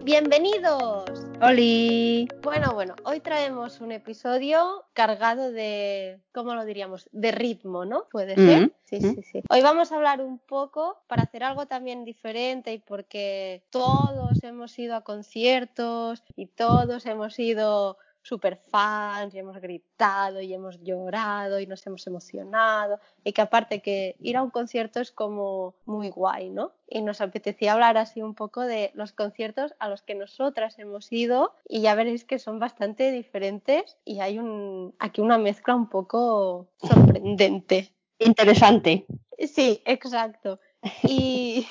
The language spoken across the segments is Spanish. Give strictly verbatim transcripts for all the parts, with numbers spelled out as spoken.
¡Bienvenidos! ¡Holi! Bueno, bueno, hoy traemos un episodio cargado de, ¿cómo lo diríamos? De ritmo, ¿no? ¿Puede ser? Mm, Sí, mm. sí, sí. Hoy vamos a hablar un poco para hacer algo también diferente y porque todos hemos ido a conciertos y todos hemos ido super fans y hemos gritado y hemos llorado y nos hemos emocionado y que aparte que ir a un concierto es como muy guay, ¿no? Y nos apetecía hablar así un poco de los conciertos a los que nosotras hemos ido y ya veréis que son bastante diferentes y hay un, aquí una mezcla un poco sorprendente. Interesante. Sí, exacto. Y,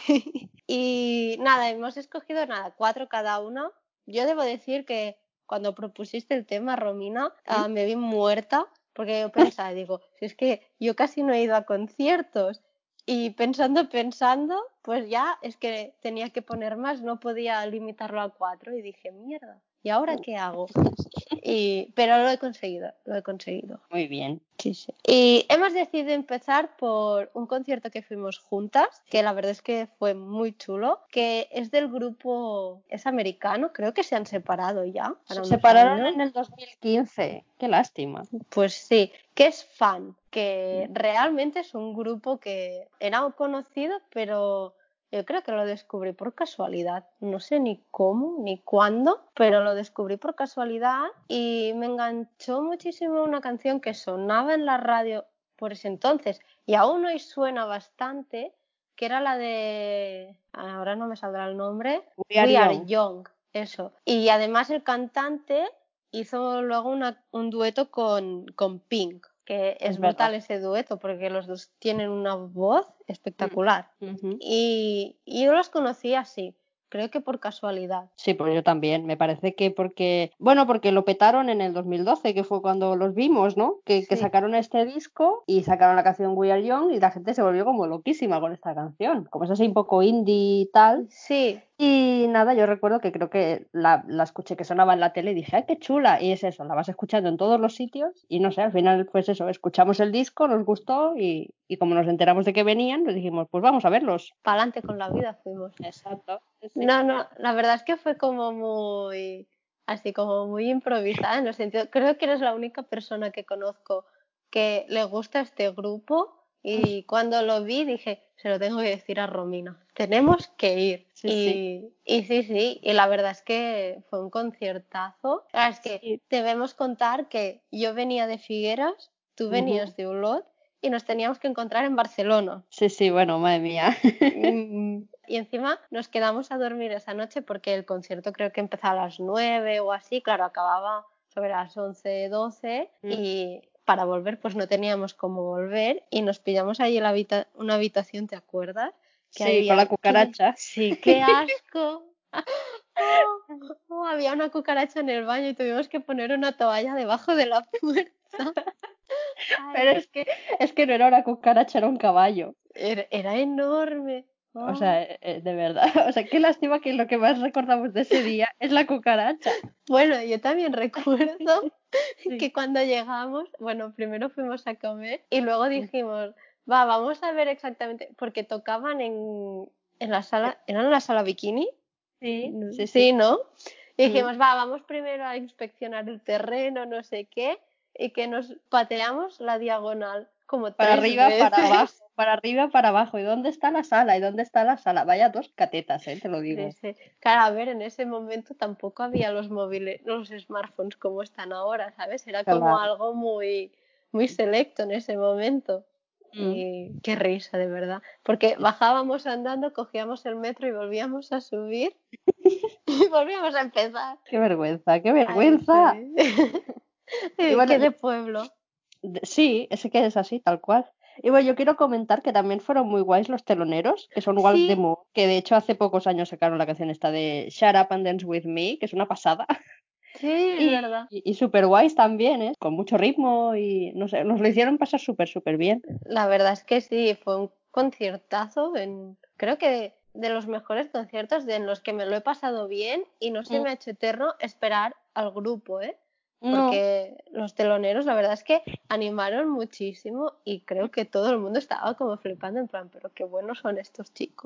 y nada, hemos escogido nada, cuatro cada uno. Yo debo decir que cuando propusiste el tema, Romina, uh, me vi muerta porque yo pensaba, digo, si es que yo casi no he ido a conciertos y pensando, pensando, pues ya es que tenía que poner más, no podía limitarlo a cuatro y dije, mierda, ¿y ahora qué hago? Y, pero lo he conseguido, lo he conseguido. Muy bien. Sí, sí. Y hemos decidido empezar por un concierto que fuimos juntas, que la verdad es que fue muy chulo, que es del grupo, es americano, creo que se han separado ya. Se separaron en el dos mil quince. Qué lástima. Pues sí, que es Fan, que realmente es un grupo que era conocido, pero yo creo que lo descubrí por casualidad. No sé ni cómo ni cuándo, pero lo descubrí por casualidad y me enganchó muchísimo una canción que sonaba en la radio por ese entonces y aún hoy suena bastante, que era la de... ahora no me saldrá el nombre. We Are We Are Young. Young, eso. Y además el cantante hizo luego una, un dueto con, con Pink, que es, Es brutal verdad. ese dueto porque los dos tienen una voz espectacular. Mm. Uh-huh. Y, y yo los conocí así, creo que por casualidad. Sí, pues yo también. Me parece que porque, bueno, porque lo petaron en el dos mil doce, que fue cuando los vimos, ¿no? Que, Sí. que sacaron este disco y sacaron la canción We Are Young y la gente se volvió como loquísima con esta canción. Como es así un poco indie y tal. Sí. Y nada, yo recuerdo que creo que la, la escuché que sonaba en la tele y dije, ¡ay, qué chula! Y es eso, la vas escuchando en todos los sitios y no sé, al final pues eso, escuchamos el disco, nos gustó y, y como nos enteramos de que venían, nos dijimos, pues vamos a verlos. Pa'lante con la vida fuimos. Exacto. Sí. No, no, la verdad es que fue como muy, así como muy improvisada en el sentido, creo que eres la única persona que conozco que le gusta este grupo y cuando lo vi dije, se lo tengo que decir a Romina, tenemos que ir. Sí, y, sí. y sí, sí, y la verdad es que fue un conciertazo. Es que Sí. debemos contar que yo venía de Figueras, tú venías Uh-huh. de Olot y nos teníamos que encontrar en Barcelona. Sí, sí, bueno, madre mía. Y encima nos quedamos a dormir esa noche porque el concierto creo que empezaba a las nueve o así, claro, acababa sobre las once, doce y para volver pues no teníamos cómo volver y nos pillamos ahí en la habita- una habitación, ¿te acuerdas? Que Sí, con la había... cucaracha. Sí, qué asco. Oh, oh, había una cucaracha en el baño y tuvimos que poner una toalla debajo de la puerta. Pero Ay, es que, es que no era una cucaracha, era un caballo. era, era enorme. O Oh. sea, eh, de verdad. O sea, qué lástima que lo que más recordamos de ese día es la cucaracha. Bueno, yo también recuerdo Sí. que cuando llegamos, bueno, primero fuimos a comer y luego dijimos, va, vamos a ver exactamente, porque tocaban en, en la sala, ¿era en la sala bikini? Sí, sí, Sí, sí. ¿no? Y Mm. dijimos, va, vamos primero a inspeccionar el terreno, no sé qué, y que nos pateamos la diagonal como Para tres arriba, para veces. abajo, para arriba, para abajo. ¿Y dónde está la sala? ¿Y dónde está la sala? Vaya dos catetas, eh, te lo digo. Sí, sí. Claro, a ver, en ese momento tampoco había los móviles, los smartphones como están ahora, ¿sabes? Era como Claro. algo muy, muy selecto en ese momento. Mm. Y qué risa, de verdad. Porque bajábamos andando, cogíamos el metro y volvíamos a subir y volvíamos a empezar. Qué vergüenza, qué Ay, vergüenza. sí. Y bueno, Qué de pueblo. de- sí, ese que es así, tal cual. Y bueno, yo quiero comentar que también fueron muy guays los teloneros, que son Walk the Sí, Moon, que de hecho hace pocos años sacaron la canción esta de Shut Up and Dance With Me, que es una pasada. sí, es Y, verdad. y, y súper guays también, ¿eh? Con mucho ritmo y no sé, nos lo hicieron pasar súper, súper bien. La verdad es que sí, fue un conciertazo, en, creo que de los mejores conciertos de en los que me lo he pasado bien y no se Mm. me ha hecho eterno esperar al grupo, ¿eh? No, Porque los teloneros, la verdad es que animaron muchísimo y creo que todo el mundo estaba como flipando en plan, pero qué buenos son estos chicos.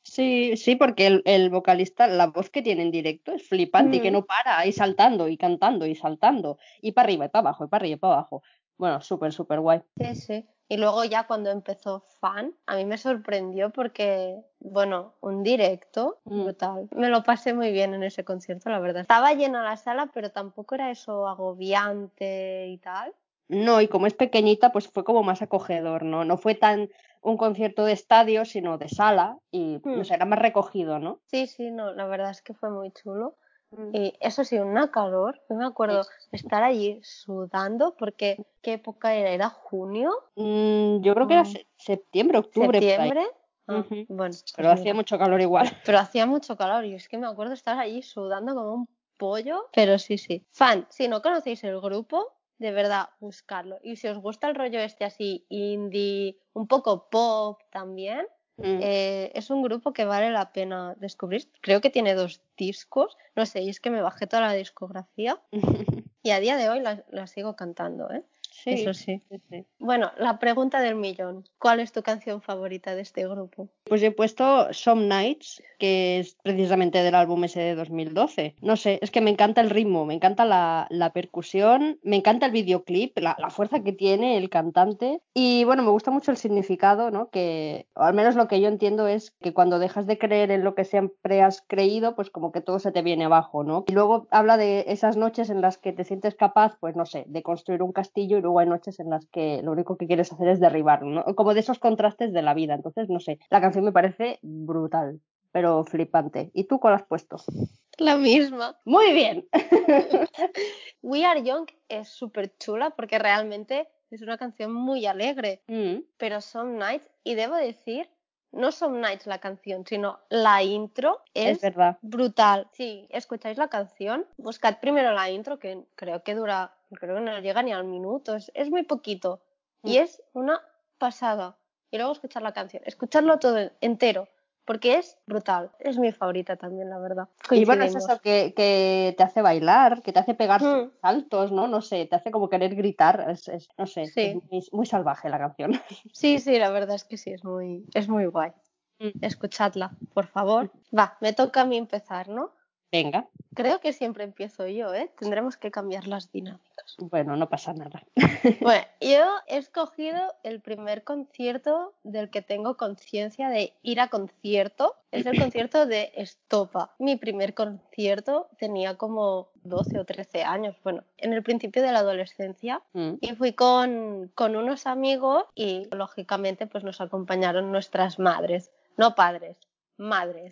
Sí, sí, porque el, el vocalista, la voz que tiene en directo es flipante y que Mm, no para ahí saltando y cantando y saltando y para arriba y para abajo y para arriba y para abajo. Bueno, súper, súper guay. sí, sí. Y luego ya cuando empezó Fan, a mí me sorprendió porque, bueno, un directo Mm. brutal. Me lo pasé muy bien en ese concierto, la verdad. Estaba llena la sala, pero tampoco era eso agobiante y tal. No, y como es pequeñita, pues fue como más acogedor, ¿no? No fue tan un concierto de estadio, sino de sala y, no Mm, sé, era más recogido, ¿no? sí, sí, no, la verdad es que fue muy chulo. Mm. Y eso sí, una calor. Yo me Sí. acuerdo estar allí sudando porque, ¿qué época era? ¿Era junio? Mm, yo creo que era Mm, se- septiembre, octubre, por ahí. ¿septiembre? Ah, Ujú. bueno, Pero pues hacía mira. mucho calor igual. Pero hacía mucho calor y es que me acuerdo estar allí sudando como un pollo. Pero sí, sí. Fan, si no conocéis el grupo, de verdad, buscarlo. Y si os gusta el rollo este así indie, un poco pop también, Mm. eh, es un grupo que vale la pena descubrir. Creo que tiene dos discos. No sé, y es que me bajé toda la discografía y a día de hoy la, la sigo cantando, ¿eh? Eso Sí, sí. sí, sí. Bueno, la pregunta del millón. ¿Cuál es tu canción favorita de este grupo? Pues he puesto Some Nights, que es precisamente del álbum ese de dos mil doce. No sé, es que me encanta el ritmo, me encanta la, la percusión, me encanta el videoclip, la, la fuerza que tiene el cantante y bueno, me gusta mucho el significado, ¿no? Que o al menos lo que yo entiendo es que cuando dejas de creer en lo que siempre has creído, pues como que todo se te viene abajo, ¿no? Y luego habla de esas noches en las que te sientes capaz, pues no sé, de construir un castillo y luego hay noches en las que lo único que quieres hacer es derribarlo, ¿no? Como de esos contrastes de la vida. Entonces, no sé, la canción me parece brutal, pero flipante. ¿Y tú cuál has puesto? La misma. Muy bien. We Are Young es súper chula porque realmente es una canción muy alegre, Mm, pero Some Nights, y debo decir, no Some Nights la canción, sino la intro es es verdad. brutal. Si escucháis la canción, buscad primero la intro, que creo que dura, creo que no llega ni al minuto, es, es muy poquito, y Mm. es una pasada. Y luego escuchar la canción, escucharlo todo entero, porque es brutal. Es mi favorita también, la verdad. Y bueno, es eso Coincidimos. que, que te hace bailar, que te hace pegar Hmm, saltos, ¿no? No sé, te hace como querer gritar. Es, es- no sé, es sí. muy, muy salvaje la canción. Sí, sí, la verdad es que sí, es muy, es muy guay. Mm. Escuchadla, por favor. Va, me toca a mí empezar, ¿no? Venga, Creo que siempre empiezo yo, ¿eh? Tendremos que cambiar las dinámicas. bueno, no pasa nada. Bueno, yo he escogido el primer concierto del que tengo conciencia de ir a concierto. Es el concierto de Estopa. Mi primer concierto tenía como doce o trece años, bueno, en el principio de la adolescencia. Mm. Y fui con, con unos amigos y lógicamente pues nos acompañaron nuestras madres, no padres, madres.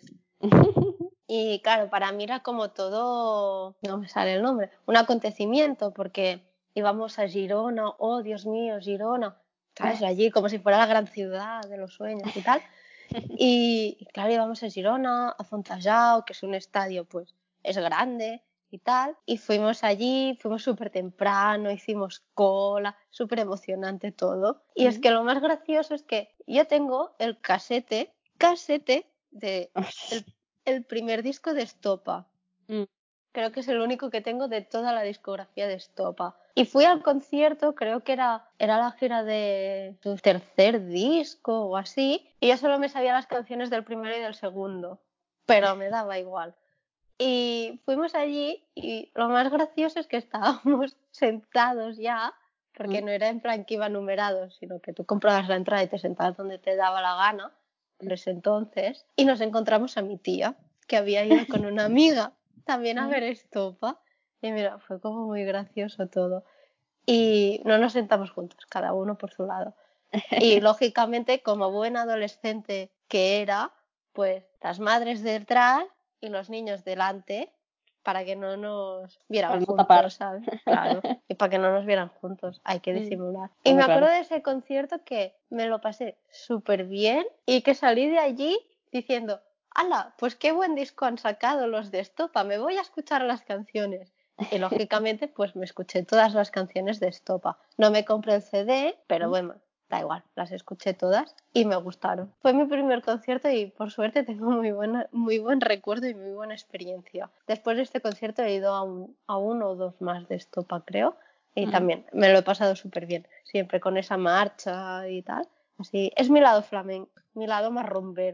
Y claro, para mí era como todo, no me sale el nombre, un acontecimiento, porque íbamos a Girona, oh Dios mío, Girona, ¿sabes? Allí como si fuera la gran ciudad de los sueños y tal. Y, y claro, íbamos a Girona, a Fontallao, que es un estadio, pues es grande y tal. Y fuimos allí, fuimos súper temprano, hicimos cola, súper emocionante todo. Y es Mm. que lo más gracioso es que yo tengo el casete, casete de el, el primer disco de Estopa. Mm. Creo que es el único que tengo de toda la discografía de Estopa. Y fui al concierto, creo que era, era la gira de su tercer disco o así, y yo solo me sabía las canciones del primero y del segundo, pero me daba igual. Y fuimos allí y lo más gracioso es que estábamos sentados ya, porque Mm. no era en plan que iba numerados, sino que tú comprabas la entrada y te sentabas donde te daba la gana, por ese entonces, y nos encontramos a mi tía, que había ido con una amiga también a Mm. ver Estopa, y mira, fue como muy gracioso todo. Y no nos sentamos juntos, cada uno por su lado. Y lógicamente, como buena adolescente que era, pues las madres detrás y los niños delante para que no nos vieran Para no tapar. juntos, ¿sabes? Claro, y para que no nos vieran juntos, hay que Mm. disimular. Y me Hombre, acuerdo claro. de ese concierto que me lo pasé súper bien y que salí de allí diciendo, ¡hala! Pues qué buen disco han sacado los de Estopa, me voy a escuchar las canciones. Y lógicamente, pues me escuché todas las canciones de Estopa. No me compré el C D, pero Mm. bueno, da igual, las escuché todas y me gustaron. Fue mi primer concierto y por suerte tengo muy, buena, muy buen recuerdo y muy buena experiencia. Después de este concierto he ido a, un, a uno o dos más de Estopa, creo, y Mm. también me lo he pasado súper bien, siempre con esa marcha y tal. Así, es mi lado flamenco, mi lado más rumbero.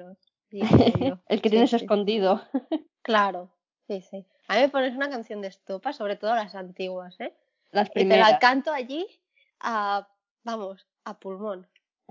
diría yo. El que Sí, tienes sí. escondido. Claro, sí, sí. A mí me pones una canción de estopa, sobre todo las antiguas, ¿eh? Las Y te la primeras. canto allí a, vamos, a pulmón.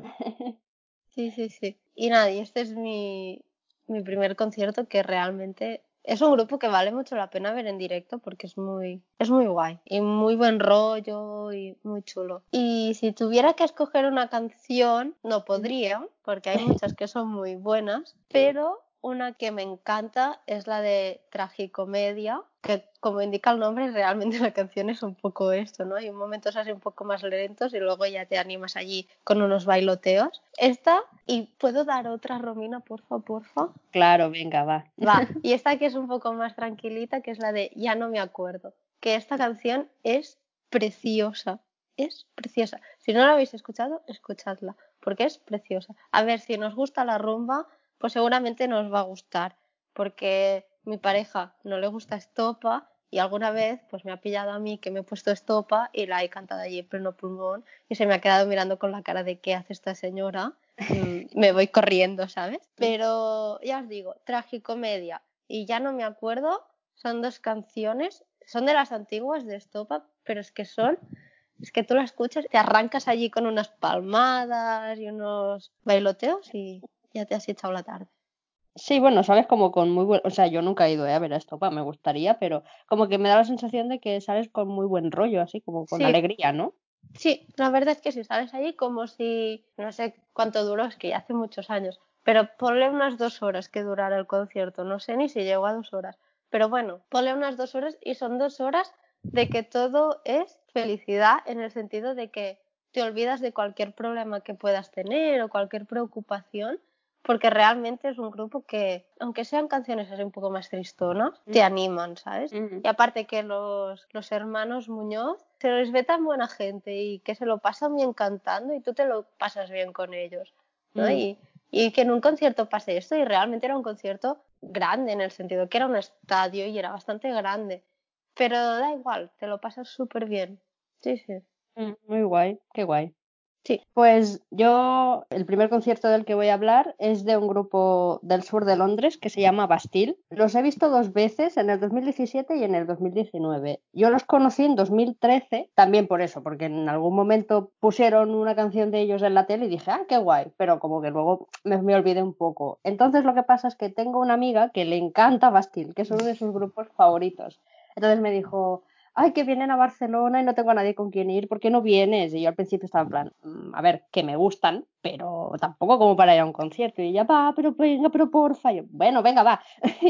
Sí, sí, sí. Y nada, y este es mi, mi primer concierto que realmente es un grupo que vale mucho la pena ver en directo porque es muy, es muy guay y muy buen rollo y muy chulo. Y si tuviera que escoger una canción, no podría, porque hay muchas que son muy buenas, pero una que me encanta es la de Tragicomedia, que como indica el nombre, realmente la canción es un poco esto, ¿no? Hay momentos así un poco más lentos y luego ya te animas allí con unos bailoteos. Esta, y puedo dar otra, Romina, porfa, porfa. Claro, venga, va. Va, y esta que es un poco más tranquilita, que es la de Ya no me acuerdo, que esta canción es preciosa, es preciosa. Si no la habéis escuchado, escuchadla, porque es preciosa. A ver, si nos gusta la rumba, pues seguramente nos va a gustar, porque mi pareja no le gusta estopa y alguna vez pues me ha pillado a mí que me he puesto estopa y la he cantado allí en pleno pulmón y se me ha quedado mirando con la cara de ¿qué hace esta señora? Mm, me voy corriendo, ¿sabes? Pero ya os digo, Tragicomedia y Ya no me acuerdo son dos canciones, son de las antiguas de Estopa, pero es que son, es que tú la escuchas, te arrancas allí con unas palmadas y unos bailoteos y ya te has echado la tarde. Sí, bueno, sabes, como con muy buen... O sea, yo nunca he ido, eh, a ver a Estopa, me gustaría, pero como que me da la sensación de que sales con muy buen rollo, así como con Sí, alegría, ¿no? sí, la verdad es que si sales allí como si, no sé cuánto duró, es que ya hace muchos años, pero ponle unas dos horas que durara el concierto, no sé ni si llegó a dos horas, pero bueno, ponle unas dos horas y son dos horas de que todo es felicidad en el sentido de que te olvidas de cualquier problema que puedas tener o cualquier preocupación, porque realmente es un grupo que, aunque sean canciones así un poco más tristonas, te animan, ¿sabes? Mm. Y aparte que los, los hermanos Muñoz se les ve tan buena gente y que se lo pasan bien cantando y tú te lo pasas bien con ellos, ¿no? Mm. Y, y que en un concierto pase esto y realmente era un concierto grande en el sentido que era un estadio y era bastante grande, pero da igual, te lo pasas súper bien. Sí, sí. Mm, muy guay, qué guay. Sí. Pues yo, el primer concierto del que voy a hablar es de un grupo del sur de Londres que se llama Bastille. Los he visto dos veces, en el dos mil diecisiete y en el dos mil diecinueve. Yo los conocí en dos mil trece, también por eso, porque en algún momento pusieron una canción de ellos en la tele y dije, ah, qué guay, pero como que luego me, me olvidé un poco. Entonces lo que pasa es que tengo una amiga que le encanta Bastille, que es uno de sus grupos favoritos. Entonces me dijo, ay, que vienen a Barcelona y no tengo a nadie con quien ir, ¿por qué no vienes? Y yo al principio estaba en plan, "Mm, a ver, que me gustan, pero tampoco como para ir a un concierto". Y ella, va, pero venga, pero porfa. Y yo, bueno, venga, va.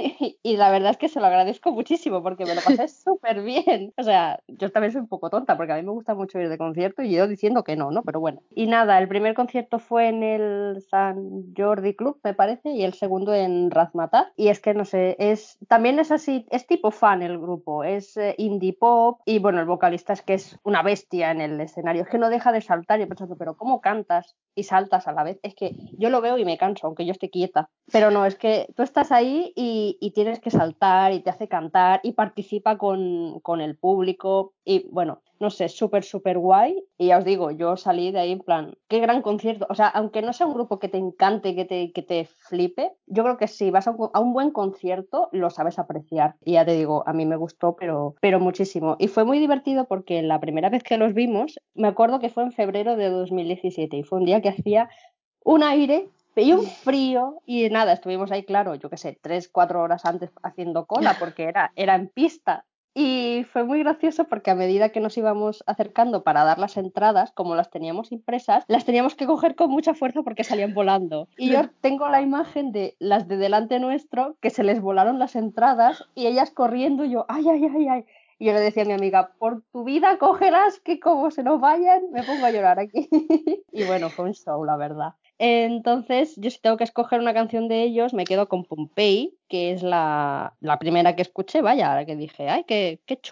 Y la verdad es que se lo agradezco muchísimo porque me lo pasé súper bien. O sea, yo también soy un poco tonta porque a mí me gusta mucho ir de concierto y yo diciendo que no, ¿no? Pero bueno. Y nada, el primer concierto fue en el San Jordi Club, me parece, y el segundo en Razmataz. Y es que no sé, es también es así, es tipo fan el grupo, es eh, indie pop y bueno, el vocalista es que es una bestia en el escenario, es que no deja de saltar y pensando, pero ¿cómo cantas y saltas a la vez? Es que yo lo veo y me canso, aunque yo esté quieta. Pero no, es que tú estás ahí y, y tienes que saltar y te hace cantar y participa con, con el público y bueno, no sé, súper, súper guay. Y ya os digo, yo salí de ahí en plan, qué gran concierto. O sea, aunque no sea un grupo que te encante, que te, que te flipe, yo creo que si vas a un, a un buen concierto, lo sabes apreciar. Y ya te digo, a mí me gustó, pero, pero muchísimo. Y fue muy divertido porque la primera vez que los vimos, me acuerdo que fue en febrero de dos mil diecisiete y fue un día que hacía un aire y un frío y nada, estuvimos ahí, claro, yo qué sé, tres, cuatro horas antes haciendo cola porque era, era en pista. Y fue muy gracioso porque a medida que nos íbamos acercando para dar las entradas, como las teníamos impresas, las teníamos que coger con mucha fuerza porque salían volando. Y yo tengo la imagen de las de delante nuestro que se les volaron las entradas y ellas corriendo y yo, ay, ay, ay, ay. Y yo le decía a mi amiga, por tu vida cógelas, que como se nos vayan, me pongo a llorar aquí. Y bueno, fue un show, la verdad. Entonces, yo si tengo que escoger una canción de ellos, me quedo con Pompeii, que es la, la primera que escuché, vaya, la que dije, ay, qué, qué chula.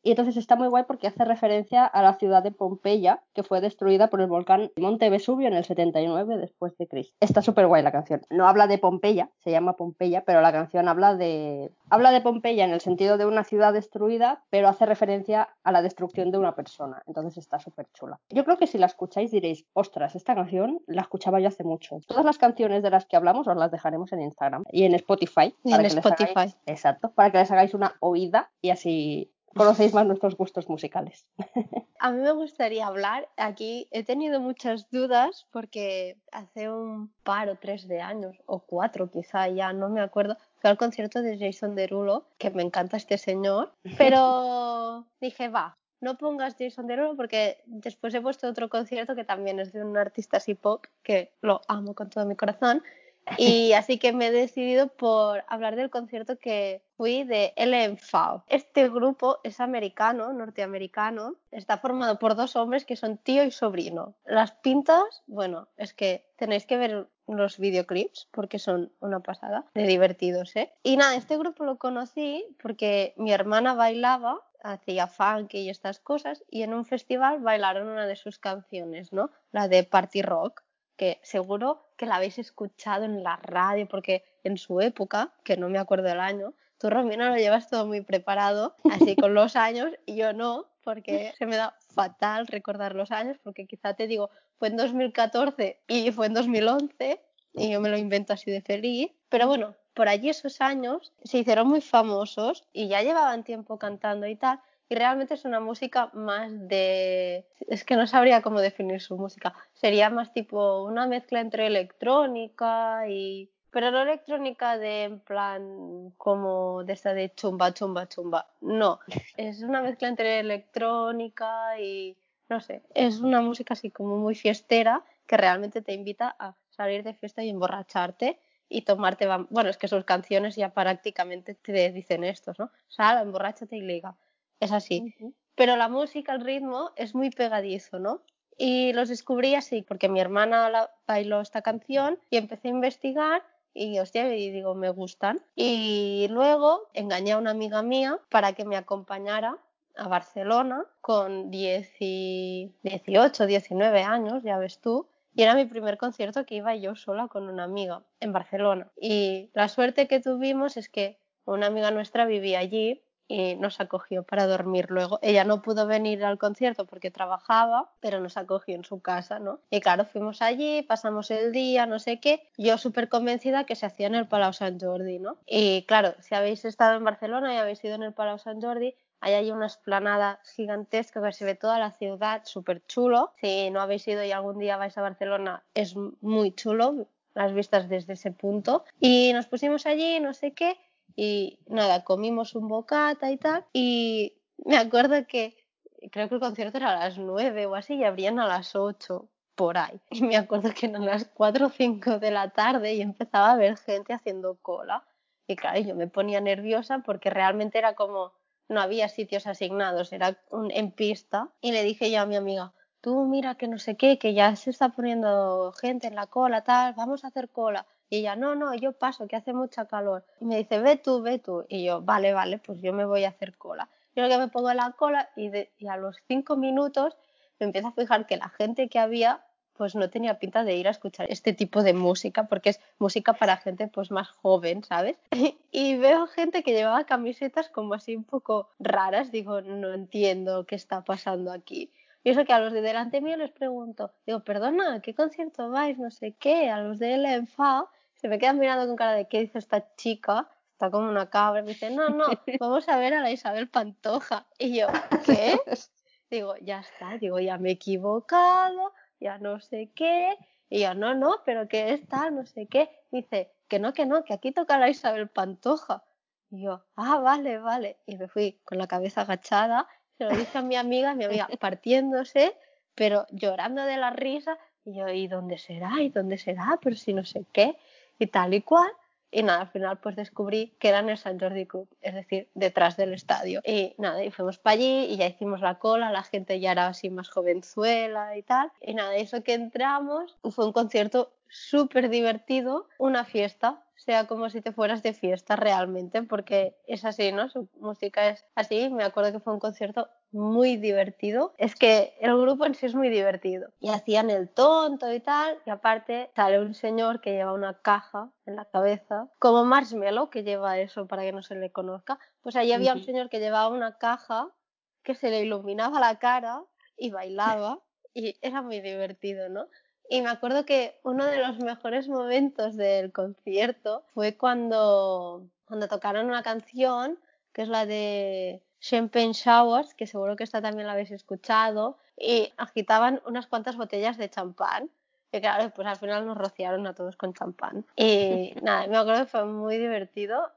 Y entonces está muy guay porque hace referencia a la ciudad de Pompeya, que fue destruida por el volcán Monte Vesubio en el setenta y nueve después de Cristo. Está súper guay la canción. No habla de Pompeya, se llama Pompeya, pero la canción habla de habla de Pompeya en el sentido de una ciudad destruida, pero hace referencia a la destrucción de una persona. Entonces está súper chula. Yo creo que si la escucháis diréis, ostras, esta canción la escuchaba yo hace mucho. Todas las canciones de las que hablamos os las dejaremos en Instagram y en Spotify Y para en que les hagáis, Spotify. exacto, para que les hagáis una oída y así conocéis más nuestros gustos musicales. A mí me gustaría hablar, aquí he tenido muchas dudas porque hace un par o tres de años, o cuatro quizá, ya no me acuerdo, fui al concierto de Jason Derulo, que me encanta este señor, pero dije, va, no pongas Jason Derulo porque después he puesto otro concierto que también es de un artista así pop, que lo amo con todo mi corazón. Y así que me he decidido por hablar del concierto que fui de L M F A O. Este grupo es americano, norteamericano, está formado por dos hombres que son tío y sobrino. Las pintas, bueno, es que tenéis que ver los videoclips porque son una pasada de divertidos, ¿eh? Y nada, este grupo lo conocí porque mi hermana bailaba, hacía funk y estas cosas, y en un festival bailaron una de sus canciones, ¿no? La de Party Rock, que seguro que la habéis escuchado en la radio, porque en su época, que no me acuerdo del año, tú, Romina, lo llevas todo muy preparado, así con los años, y yo no, porque se me da fatal recordar los años, porque quizá te digo, fue en dos mil catorce y fue en dos mil once, y yo me lo invento así de feliz, pero bueno, por allí esos años se hicieron muy famosos y ya llevaban tiempo cantando y tal, y realmente es una música más de... Es que no sabría cómo definir su música. Sería más tipo una mezcla entre electrónica y... Pero no electrónica de en plan como de esta de chumba, chumba, chumba. No, es una mezcla entre electrónica y... No sé, es una música así como muy fiestera que realmente te invita a salir de fiesta y emborracharte y tomarte... Bueno, es que sus canciones ya prácticamente te dicen esto, ¿no? Sal, emborráchate y liga. Es así. Uh-huh. Pero la música, el ritmo es muy pegadizo, ¿no? Y los descubrí así, porque mi hermana la, bailó esta canción y empecé a investigar y, hostia, y digo, me gustan. Y luego engañé a una amiga mía para que me acompañara a Barcelona con dieciocho, diecinueve años, ya ves tú. Y era mi primer concierto que iba yo sola con una amiga en Barcelona. Y la suerte que tuvimos es que una amiga nuestra vivía allí y nos acogió para dormir luego. Ella no pudo venir al concierto porque trabajaba, pero nos acogió en su casa, ¿no? Y claro, fuimos allí, pasamos el día, no sé qué. Yo súper convencida que se hacía en el Palau Sant Jordi, ¿no? Y claro, si habéis estado en Barcelona y habéis ido en el Palau Sant Jordi, ahí hay una explanada gigantesca que se ve toda la ciudad, súper chulo. Si no habéis ido y algún día vais a Barcelona, es muy chulo las vistas desde ese punto. Y nos pusimos allí, no sé qué, y nada, comimos un bocata y tal, y me acuerdo que creo que el concierto era a las nueve o así y abrían a las ocho por ahí. Y me acuerdo que eran las cuatro o cinco de la tarde y empezaba a haber gente haciendo cola. Y claro, yo me ponía nerviosa porque realmente era como, no había sitios asignados, era un, en pista. Y le dije yo a mi amiga, tú mira que no sé qué, que ya se está poniendo gente en la cola, tal, vamos a hacer cola. Y ella, no, no, yo paso, que hace mucha calor. Y me dice, ve tú, ve tú. Y yo, vale, vale, pues yo me voy a hacer cola. Yo que me pongo en la cola y, de, y a los cinco minutos me empiezo a fijar que la gente que había pues no tenía pinta de ir a escuchar este tipo de música, porque es música para gente pues más joven, ¿sabes? Y veo gente que llevaba camisetas como así un poco raras, digo, no entiendo qué está pasando aquí. Y eso que a los de delante mío les pregunto, digo, perdona, ¿qué concierto vais? No sé qué, a los de L M F A O, se me quedan mirando con cara de ¿qué dice esta chica? Está como una cabra, me dice, no, no, vamos a ver a la Isabel Pantoja. Y yo, ¿qué? Digo, ya está, digo, ya me he equivocado, ya no sé qué. Y yo, no, no, pero que es tal, no sé qué. Dice, que no, que no, que aquí toca la Isabel Pantoja. Y yo, ah, vale, vale. Y me fui con la cabeza agachada, se lo dije a mi amiga, mi amiga partiéndose, pero llorando de la risa. Y yo, ¿y dónde será? ¿Y dónde será? Pero si no sé qué. Y tal y cual. Y nada, al final pues descubrí que era en el Sant Jordi Cup, es decir, detrás del estadio. Y nada, y fuimos para allí y ya hicimos la cola, la gente ya era así más jovenzuela y tal. Y nada, eso que entramos fue un concierto súper divertido una fiesta, sea como si te fueras de fiesta realmente, porque es así, ¿no? Su música es así. Me acuerdo que fue un concierto muy divertido. Es que el grupo en sí es muy divertido. Y hacían el tonto y tal, y aparte sale un señor que lleva una caja en la cabeza, como Marshmello, que lleva eso para que no se le conozca. Pues ahí había un Ujú. señor que llevaba una caja que se le iluminaba la cara y bailaba, y era muy divertido, ¿no? Y me acuerdo que uno de los mejores momentos del concierto fue cuando, cuando tocaron una canción que es la de Champagne Showers, que seguro que esta también la habéis escuchado, y agitaban unas cuantas botellas de champán. Y claro, pues al final nos rociaron a todos con champán. Y nada, me acuerdo que fue muy divertido.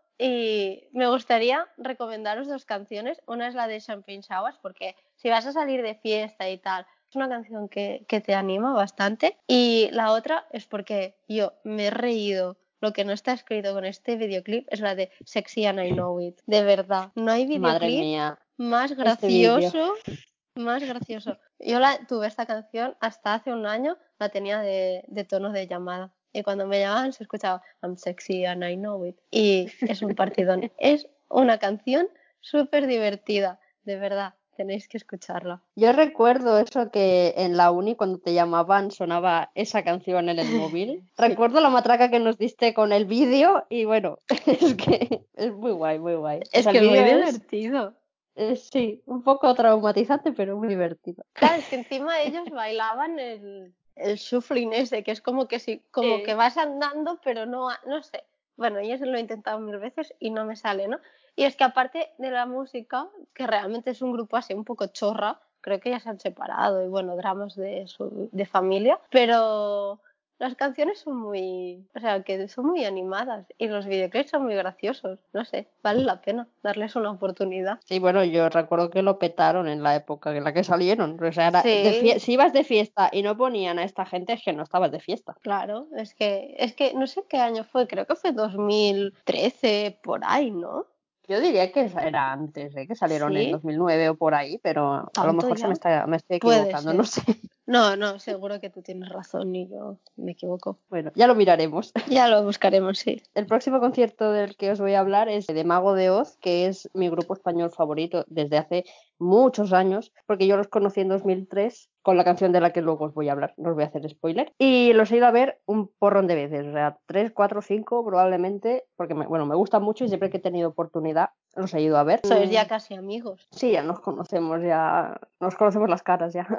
Y me gustaría recomendaros dos canciones. Una es la de Champagne Showers, porque si vas a salir de fiesta y tal, es una canción que, que te anima bastante. Y la otra es porque yo me he reído. Lo que no está escrito con este videoclip es la de Sexy and I Know It. De verdad, no hay Madre videoclip mía, más este vídeo. gracioso, más gracioso. Yo la tuve esta canción hasta hace un año, la tenía de, de tono de llamada. Y cuando me llamaban se escuchaba I'm sexy and I know it. Y es un partidón. Es una canción súper divertida, de verdad. Tenéis que escucharla. Yo recuerdo eso que en la uni cuando te llamaban sonaba esa canción en el móvil. Sí. Recuerdo la matraca que nos diste con el vídeo y bueno, es que es muy guay, muy guay. O Es sea, que el es muy vídeo es, divertido. es, sí, un poco traumatizante, pero muy divertido. Claro, es que encima ellos bailaban el, el shuffling ese, que es como que si, como que Sí. vas andando, pero no, a- no sé. Bueno, yo eso lo he intentado mil veces y no me sale, ¿no? Y es que aparte de la música, que realmente es un grupo así un poco chorra, creo que ya se han separado y bueno, dramas de su, de familia, pero las canciones son muy, o sea, que son muy animadas y los videoclips son muy graciosos, no sé, vale la pena darles una oportunidad. Sí, bueno, yo recuerdo que lo petaron en la época en la que salieron. O sea, era de Sí, fie- si ibas de fiesta y no ponían a esta gente, es que no estabas de fiesta. claro, es que, es que no sé qué año fue, creo que fue dos mil trece, por ahí, ¿no? Yo diría que esa era antes, ¿eh? Que salieron en Sí, dos mil nueve o por ahí, pero a lo tanto mejor se me ya. está, me estoy Puede equivocando, no ser. sé. No, no, seguro que tú tienes razón y yo me equivoco. Bueno, ya lo miraremos. Ya lo buscaremos, sí. El próximo concierto del que os voy a hablar es de Mago de Oz, que es mi grupo español favorito desde hace muchos años, porque yo los conocí en dos mil tres con la canción de la que luego os voy a hablar, no os voy a hacer spoiler, y los he ido a ver un porrón de veces, o sea, tres, cuatro, cinco probablemente, porque me, bueno, me gustan mucho y siempre que he tenido oportunidad los he ido a ver. Sois ya Mm, casi amigos. sí, ya nos conocemos, ya nos conocemos las caras ya.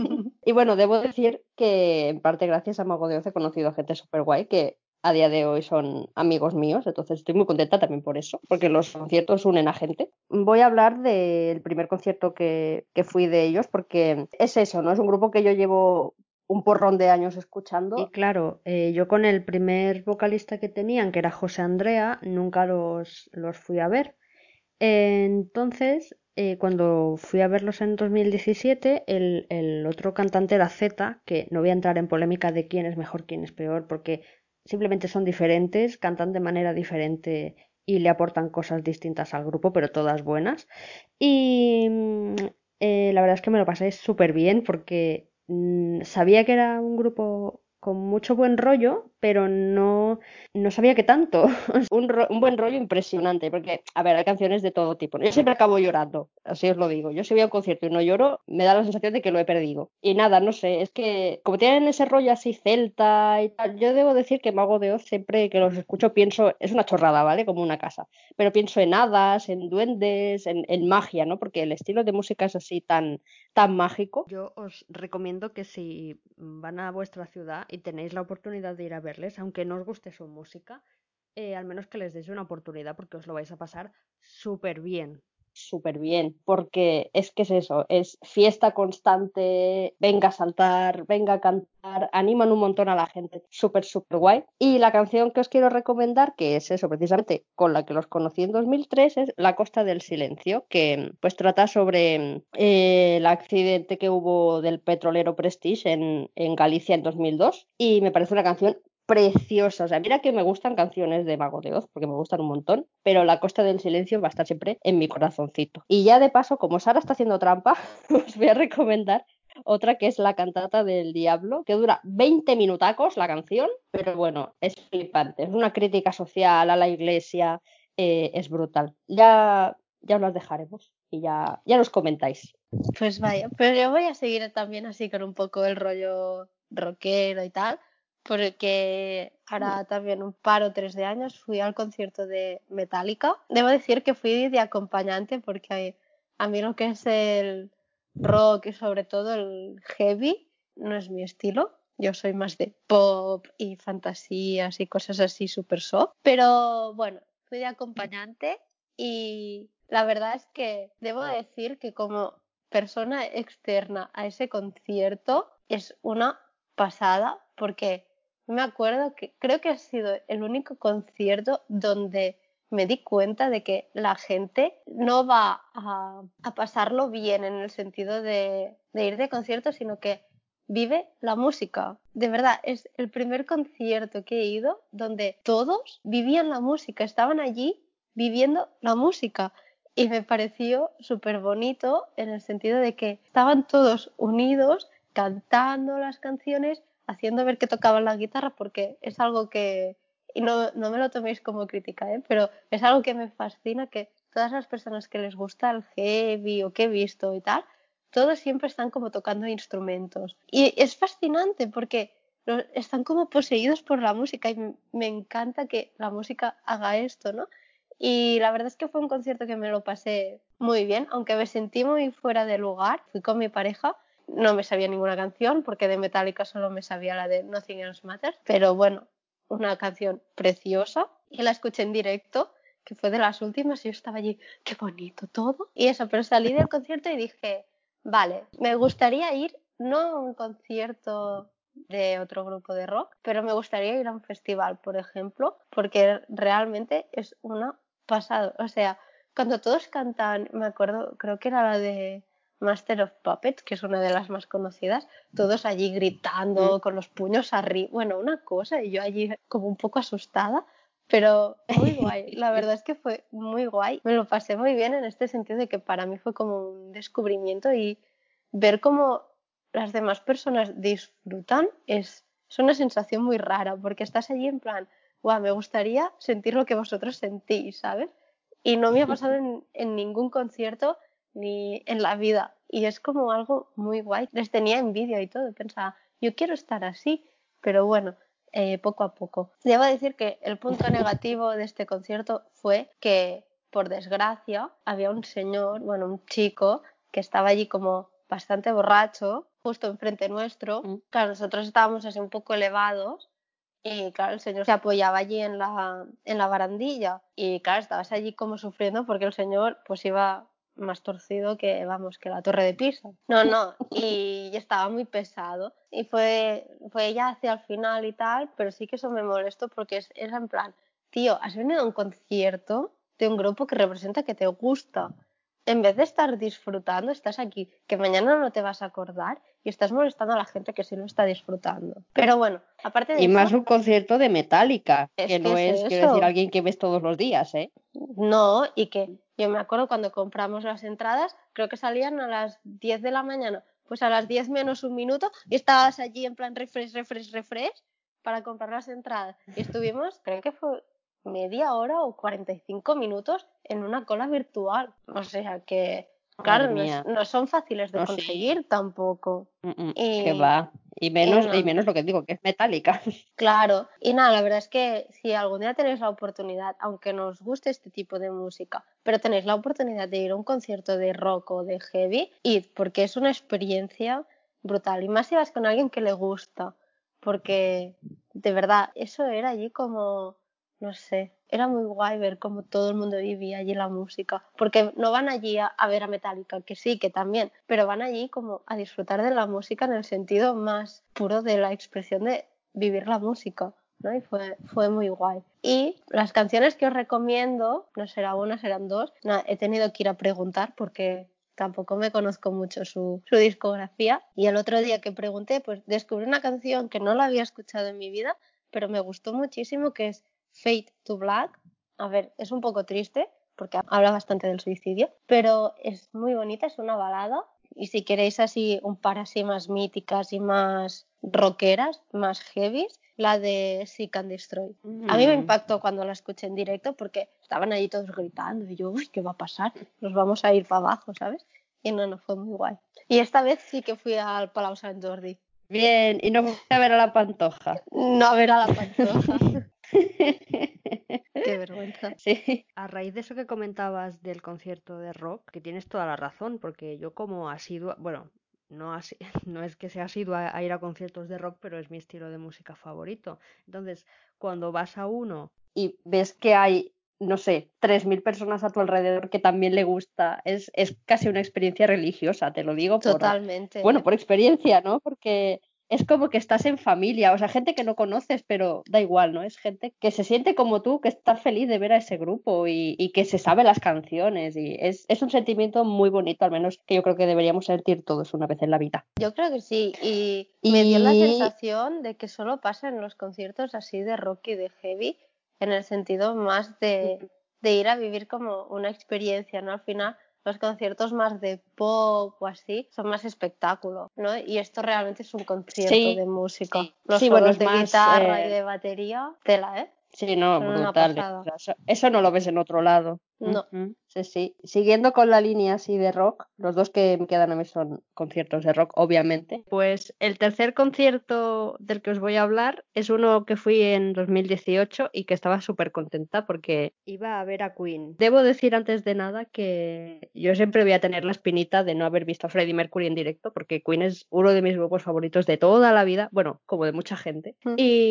Y bueno, debo decir que en parte gracias a Mago de Oz he conocido a gente súper guay que a día de hoy son amigos míos, entonces estoy muy contenta también por eso, porque los conciertos unen a gente. Voy a hablar del primer concierto que, que fui de ellos, porque es eso, ¿no? Es un grupo que yo llevo un porrón de años escuchando. Y claro, eh, yo con el primer vocalista que tenían, que era José Andrea, nunca los, los fui a ver. Entonces, eh, cuando fui a verlos en dos mil diecisiete, el, el otro cantante era Z, que no voy a entrar en polémica de quién es mejor, quién es peor, porque simplemente son diferentes, cantan de manera diferente y le aportan cosas distintas al grupo, pero todas buenas. Y mm, eh, la verdad es que me lo pasé súper bien porque mm, sabía que era un grupo con mucho buen rollo, pero no, no sabía que tanto. Un, ro- un buen rollo impresionante, porque, a ver, hay canciones de todo tipo. Yo siempre acabo llorando, así os lo digo. Yo si voy a un concierto y no lloro, me da la sensación de que lo he perdido. Y nada, no sé, es que como tienen ese rollo así celta y tal, yo debo decir que Mago de Oz siempre que los escucho pienso, es una chorrada, ¿vale? Como una casa. Pero pienso en hadas, en duendes, en, en magia, ¿no? Porque el estilo de música es así tan, tan mágico. Yo os recomiendo que si van a vuestra ciudad y tenéis la oportunidad de ir a verles, aunque no os guste su música, eh, al menos que les deis una oportunidad porque os lo vais a pasar súper bien. Súper bien, porque es que es eso, es fiesta constante, venga a saltar, venga a cantar, animan un montón a la gente, súper, súper guay. Y la canción que os quiero recomendar, que es eso precisamente con la que los conocí en dos mil tres, es La Costa del Silencio, que pues trata sobre eh, el accidente que hubo del petrolero Prestige en, en Galicia en dos mil dos y me parece una canción preciosa. O sea, mira que me gustan canciones de Mago de Oz, porque me gustan un montón, pero La Costa del Silencio va a estar siempre en mi corazoncito. Y ya de paso, como Sara está haciendo trampa, os voy a recomendar Otra que es La cantata del diablo, que dura veinte minutacos la canción, pero bueno, es flipante. Es una crítica social a la iglesia, eh, es brutal. Ya, ya os las dejaremos y ya, ya nos comentáis. Pues vaya, pero yo voy a seguir también así con un poco el rollo rockero y tal, porque ahora también un par o tres de años fui al concierto de Metallica. Debo decir que fui de acompañante porque a mí lo que es el rock y sobre todo el heavy no es mi estilo. Yo soy más de pop y fantasías y cosas así super soft. Pero bueno, fui de acompañante y la verdad es que debo decir que como persona externa a ese concierto es una pasada porque me acuerdo que creo que ha sido el único concierto donde me di cuenta de que la gente no va a, a pasarlo bien en el sentido de, de ir de concierto, sino que vive la música. De verdad, es el primer concierto que he ido donde todos vivían la música, estaban allí viviendo la música. Y me pareció súper bonito en el sentido de que estaban todos unidos cantando las canciones, haciendo ver que tocaban la guitarra, porque es algo que, y no, no me lo toméis como crítica, ¿eh? Pero es algo que me fascina, que todas las personas que les gusta el heavy o que he visto y tal, todos siempre están como tocando instrumentos. Y es fascinante porque están como poseídos por la música y me encanta que la música haga esto, ¿no? Y la verdad es que fue un concierto que me lo pasé muy bien, aunque me sentí muy fuera de lugar. Fui con mi pareja, no me sabía ninguna canción porque de Metallica solo me sabía la de Nothing Else Matters, pero bueno, una canción preciosa y la escuché en directo, que fue de las últimas y yo estaba allí, qué bonito todo. Y eso, pero salí del concierto y dije, vale, me gustaría ir, no a un concierto de otro grupo de rock, pero me gustaría ir a un festival, por ejemplo, porque realmente es una pasado. O sea, cuando todos cantan, me acuerdo, creo que era la de Master of Puppets, que es una de las más conocidas, todos allí gritando, Mm. con los puños arriba, bueno, una cosa, y yo allí como un poco asustada, pero muy guay. La verdad es que fue muy guay. Me lo pasé muy bien en este sentido de que para mí fue como un descubrimiento y ver cómo las demás personas disfrutan es, es una sensación muy rara, porque estás allí en plan, wow, me gustaría sentir lo que vosotros sentís, ¿sabes? Y no me ha pasado en, en ningún concierto ni en la vida. Y es como algo muy guay. Les tenía envidia y todo. Pensaba, yo quiero estar así. Pero bueno, eh, poco a poco. Debo decir que el punto negativo de este concierto fue que, por desgracia, había un señor, bueno, un chico, que estaba allí como bastante borracho, justo enfrente nuestro. Mm. Claro, nosotros estábamos así un poco elevados y claro, el señor se apoyaba allí en la, en la barandilla y claro, estabas allí como sufriendo porque el señor pues iba más torcido que, vamos, que la torre de Pisa. No, no, y estaba muy pesado y fue, fue ya hacia el final y tal, pero sí que eso me molestó porque es, es en plan, tío, has venido a un concierto de un grupo que representa que te gusta. En vez de estar disfrutando, estás aquí, que mañana no te vas a acordar y estás molestando a la gente que sí lo está disfrutando. Pero bueno, aparte de Y más eso, un concierto de Metallica, es que que no es es, quiero decir, eso. alguien que ves todos los días, ¿eh? No, y que yo me acuerdo cuando compramos las entradas, creo que salían a las diez de la mañana, pues a las diez menos un minuto, y estabas allí en plan refresh, refresh, refresh para comprar las entradas. Y estuvimos, creo que fue media hora o cuarenta y cinco minutos en una cola virtual. O sea que, Madre claro, no, es- mía. no son fáciles de No, sí. conseguir tampoco. Mm, mm, que Y, va. Y y menos, y no. menos lo que digo, que es Metallica. Claro, y nada, la verdad es que si algún día tenéis la oportunidad, aunque no os guste este tipo de música, pero tenéis la oportunidad de ir a un concierto de rock o de heavy, id, porque es una experiencia brutal. Y más si vas con alguien que le gusta, porque de verdad, eso era allí como, no sé, era muy guay ver cómo todo el mundo vivía allí la música, porque no van allí a, a ver a Metallica, que sí, que también, pero van allí como a disfrutar de la música en el sentido más puro de la expresión de vivir la música, ¿no? Y fue, fue muy guay. Y las canciones que os recomiendo, no será una, serán dos, no, he tenido que ir a preguntar porque tampoco me conozco mucho su, su discografía. Y el otro día que pregunté, pues descubrí una canción que no la había escuchado en mi vida, pero me gustó muchísimo, que es Fade to Black. A ver, es un poco triste porque habla bastante del suicidio, pero es muy bonita, es una balada Y si queréis así un par así más míticas y más rockeras, más heavies, la de Seek and Destroy. Mm. A mí me impactó cuando la escuché en directo porque estaban allí todos gritando y yo, uy, ¿qué va a pasar? Nos vamos a ir para abajo, ¿sabes? Y no, no, fue muy guay. Y esta vez sí que fui al Palau Sant Jordi. Bien, y no fui a ver a la Pantoja. No a ver a la Pantoja. Qué vergüenza. Sí. A raíz de eso que comentabas del concierto de rock, que tienes toda la razón, porque yo como asidua, bueno, no, asi- no es que sea asidua a ir a conciertos de rock, pero es mi estilo de música favorito. Entonces, cuando vas a uno y ves que hay, no sé, tres mil personas a tu alrededor que también le gusta, es, es casi una experiencia religiosa, te lo digo por, Totalmente. bueno, ¿eh? por experiencia, ¿no? Porque es como que estás en familia, o sea, gente que no conoces, pero da igual, ¿no? Es gente que se siente como tú, que está feliz de ver a ese grupo y, y que se sabe las canciones y es, es un sentimiento muy bonito, al menos que yo creo que deberíamos sentir todos una vez en la vida. Yo creo que sí, y, Y- me dio la sensación de que solo pasa en los conciertos así de rock y de heavy, en el sentido más de, de ir a vivir como una experiencia, ¿no? Al final, los conciertos más de pop o así son más espectáculo, ¿no? Y esto realmente es un concierto Sí, de música. sí, Los sí, solos bueno, es de más, guitarra y eh, de batería, tela, ¿eh? sí, no, Son una brutal. pasada. O sea, eso, eso no lo ves en otro lado. No. Ujú, sí, sí. Siguiendo con la línea así de rock, los dos que me quedan a mí son conciertos de rock, obviamente. Pues el tercer concierto del que os voy a hablar es uno que fui en dos mil dieciocho y que estaba súper contenta porque iba a ver a Queen. Debo decir antes de nada que yo siempre voy a tener la espinita de no haber visto a Freddie Mercury en directo porque Queen es uno de mis grupos favoritos de toda la vida, bueno, como de mucha gente. Mm.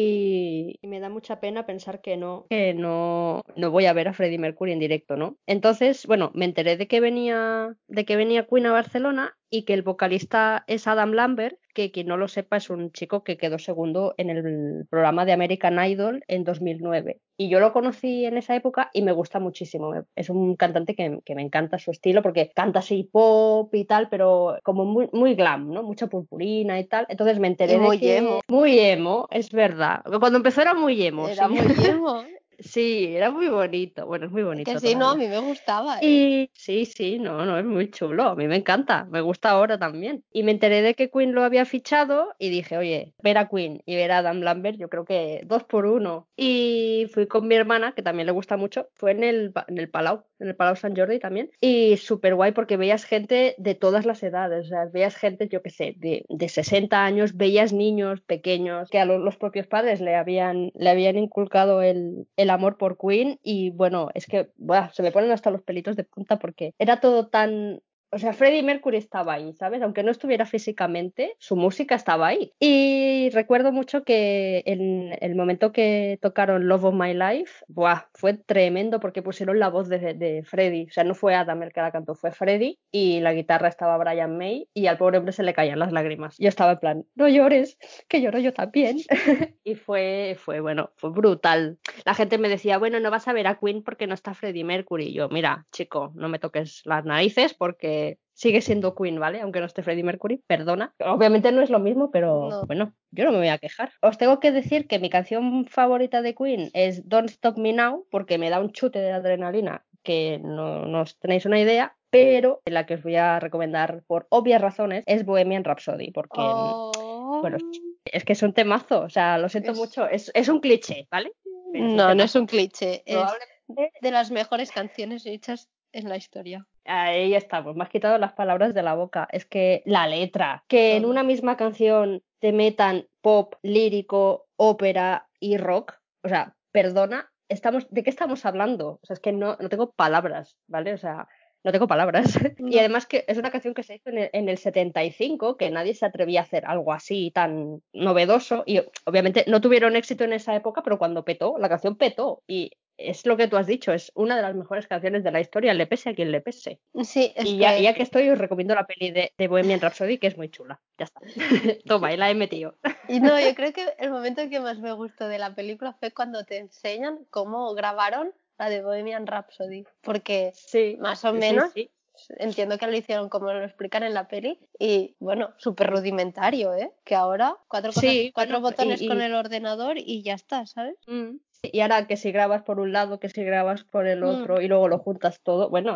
Y, y me da mucha pena pensar que no, que no, no voy a ver a Freddie Mercury en directo, ¿no? Entonces, bueno, me enteré de que venía, de que venía Queen a Barcelona y que el vocalista es Adam Lambert, que quien no lo sepa es un chico que quedó segundo en el programa de American Idol en dos mil nueve. Y yo lo conocí en esa época y me gusta muchísimo. Es un cantante que, que me encanta su estilo porque canta así pop y tal, pero como muy, muy glam, ¿no? Mucha purpurina y tal. Entonces me enteré Y muy de que... emo. Muy emo, es verdad. Cuando empezó era muy emo, Era sí. muy emo. Sí, era muy bonito. Bueno, es muy bonito Que sí, no, a todavía. mí me gustaba, ¿eh? Y sí, sí, no, no, es muy chulo. A mí me encanta, me gusta ahora también. Y me enteré de que Queen lo había fichado y dije, oye, ver a Queen y ver a Adam Lambert, yo creo que dos por uno. Y fui con mi hermana, que también le gusta mucho, fue en el, pa- en el Palau, en el Palau Sant Jordi también. Y súper guay porque veías gente de todas las edades, o sea, veías gente, yo qué sé, de, de sesenta años, veías niños pequeños que a lo- los propios padres le habían, le habían inculcado el, el amor por Queen y bueno, es que buah, se me ponen hasta los pelitos de punta porque era todo tan... O sea, Freddie Mercury estaba ahí, ¿sabes? Aunque no estuviera físicamente, su música estaba ahí. Y recuerdo mucho que en el momento que tocaron Love of My Life, buah, fue tremendo porque pusieron la voz de, de Freddie. O sea, no fue Adam el que la cantó, fue Freddie y la guitarra estaba Brian May y al pobre hombre se le caían las lágrimas. Yo estaba en plan, no llores, que lloro yo también. Y fue, fue, bueno, fue brutal. La gente me decía, bueno, no vas a ver a Queen porque no está Freddie Mercury. Y yo, mira, chico, no me toques las narices porque sigue siendo Queen, ¿vale? Aunque no esté Freddie Mercury, perdona. Obviamente no es lo mismo, pero No. bueno, yo no me voy a quejar. Os tengo que decir que mi canción favorita de Queen es Don't Stop Me Now porque me da un chute de adrenalina que no, no os tenéis una idea, pero la que os voy a recomendar por obvias razones es Bohemian Rhapsody porque, Oh. bueno, es que es un temazo, o sea, lo siento Es- mucho, es, es un cliché, ¿vale? Pero es un No, no es temazo. un cliché, es Probablemente de las mejores canciones hechas en la historia. ahí estamos, me has quitado las palabras de la boca. Es que la letra, que en Todo. una misma canción te metan pop, lírico, ópera y rock, o sea, perdona, estamos, ¿de qué estamos hablando? O sea, es que no, no tengo palabras, ¿vale? O sea, no tengo palabras. Y No. además que es una canción que se hizo en el, en el setenta y cinco, que nadie se atrevía a hacer algo así tan novedoso. Y obviamente no tuvieron éxito en esa época, pero cuando petó, la canción petó. Y es lo que tú has dicho, es una de las mejores canciones de la historia, le pese a quien le pese. Sí, es Y ya, que ya que estoy, os recomiendo la peli de, de Bohemian Rhapsody, que es muy chula. Ya está. Toma, y la he metido. Y no, yo creo que el momento que más me gustó de la película fue cuando te enseñan cómo grabaron la de Bohemian Rhapsody. Porque Sí, más o sí, menos sí. entiendo que lo hicieron como lo explican en la peli. Y bueno, súper rudimentario, ¿eh? Que ahora cuatro cosas, Sí, cuatro bueno, botones con y, el ordenador y ya está, ¿sabes? y, mm, y ahora que si grabas por un lado, que si grabas por el Mm. otro y luego lo juntas todo, bueno, es,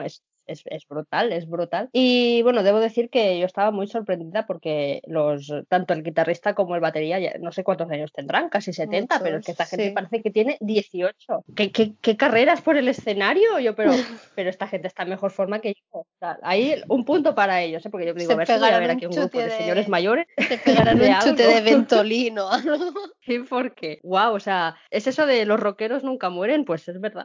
es, es brutal, es brutal. Y bueno, debo decir que yo estaba muy sorprendida porque los, tanto el guitarrista como el batería, ya, no sé cuántos años tendrán, casi setenta, pero es Muchos, que esta gente sí. parece que tiene dieciocho. ¿Qué, qué, qué carreras por el escenario? Yo, pero, pero esta gente está en mejor forma que yo. O sea, ahí un punto para ellos, ¿eh? Porque yo digo, Se a ver si voy a pegarán ver un aquí un grupo chute de señores de... mayores Se pegarán de un chute algo. de Ventolino o algo. Sí, porque, wow, o sea, es eso de los rockeros nunca mueren, pues es verdad.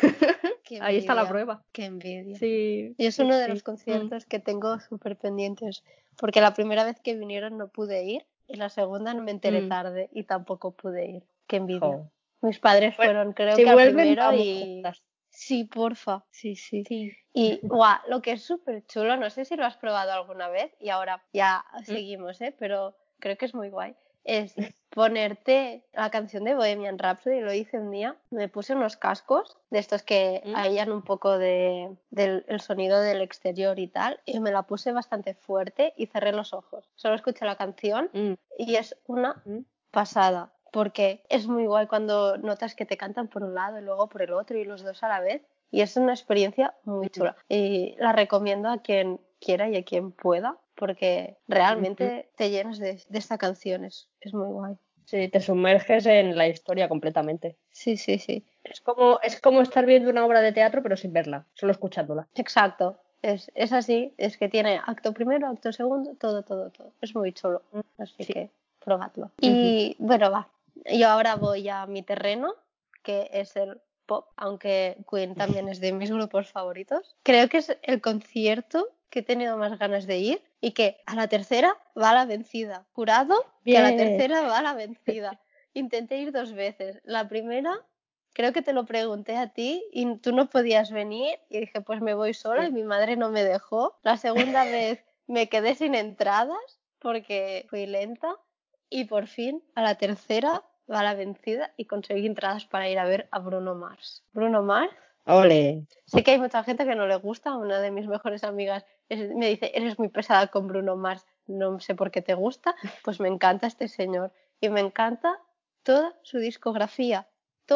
Qué Ahí está la envidia, prueba. qué envidia. Sí, Y es sí, uno de los sí. Mm, conciertos que tengo súper pendientes, porque la primera vez que vinieron no pude ir y la segunda no me enteré mm. tarde y tampoco pude ir. Qué envidia. Jo. Mis padres Bueno, fueron, creo si que al vuelven, primero vamos y... juntas. Sí, porfa, sí, sí. Sí. Y, guau, lo que es súper chulo, no sé si lo has probado alguna vez y ahora ya Mm, seguimos, ¿eh? Pero creo que es muy guay. Es ponerte la canción de Bohemian Rhapsody, lo hice un día, me puse unos cascos de estos que mm, aían un poco de, del el sonido del exterior y tal, y me la puse bastante fuerte y cerré los ojos. Solo escuché la canción mm, y es una mm. pasada, porque es muy guay cuando notas que te cantan por un lado y luego por el otro y los dos a la vez, y es una experiencia muy Mm, chula. Y la recomiendo a quien quiera y a quien pueda, porque ujú. realmente te llenas de, de esta canción, es, es muy guay. Sí, te sumerges en la historia completamente. Sí, sí, sí. Es como, es como estar viendo una obra de teatro, pero sin verla, solo escuchándola. Exacto. Es, es así, es que tiene acto primero, acto segundo, todo, todo, todo. Es muy chulo, Mm, así sí. que probadlo. Ujú. Y bueno, va. Yo ahora voy a mi terreno, que es el pop, aunque Queen también es de mis grupos favoritos. Creo que es el concierto que he tenido más ganas de ir y que a la tercera va a la vencida. Jurado que a la Bien. tercera va a la vencida. Intenté ir dos veces. La primera creo que te lo pregunté a ti y tú no podías venir y dije, pues me voy sola y Sí. mi madre no me dejó. La segunda vez me quedé sin entradas porque fui lenta y por fin a la tercera va la vencida y conseguí entradas para ir a ver a Bruno Mars. Bruno Mars, Ole. sé que hay mucha gente que no le gusta, una de mis mejores amigas es- me dice, eres muy pesada con Bruno Mars, no sé por qué te gusta, pues me encanta este señor y me encanta toda su discografía,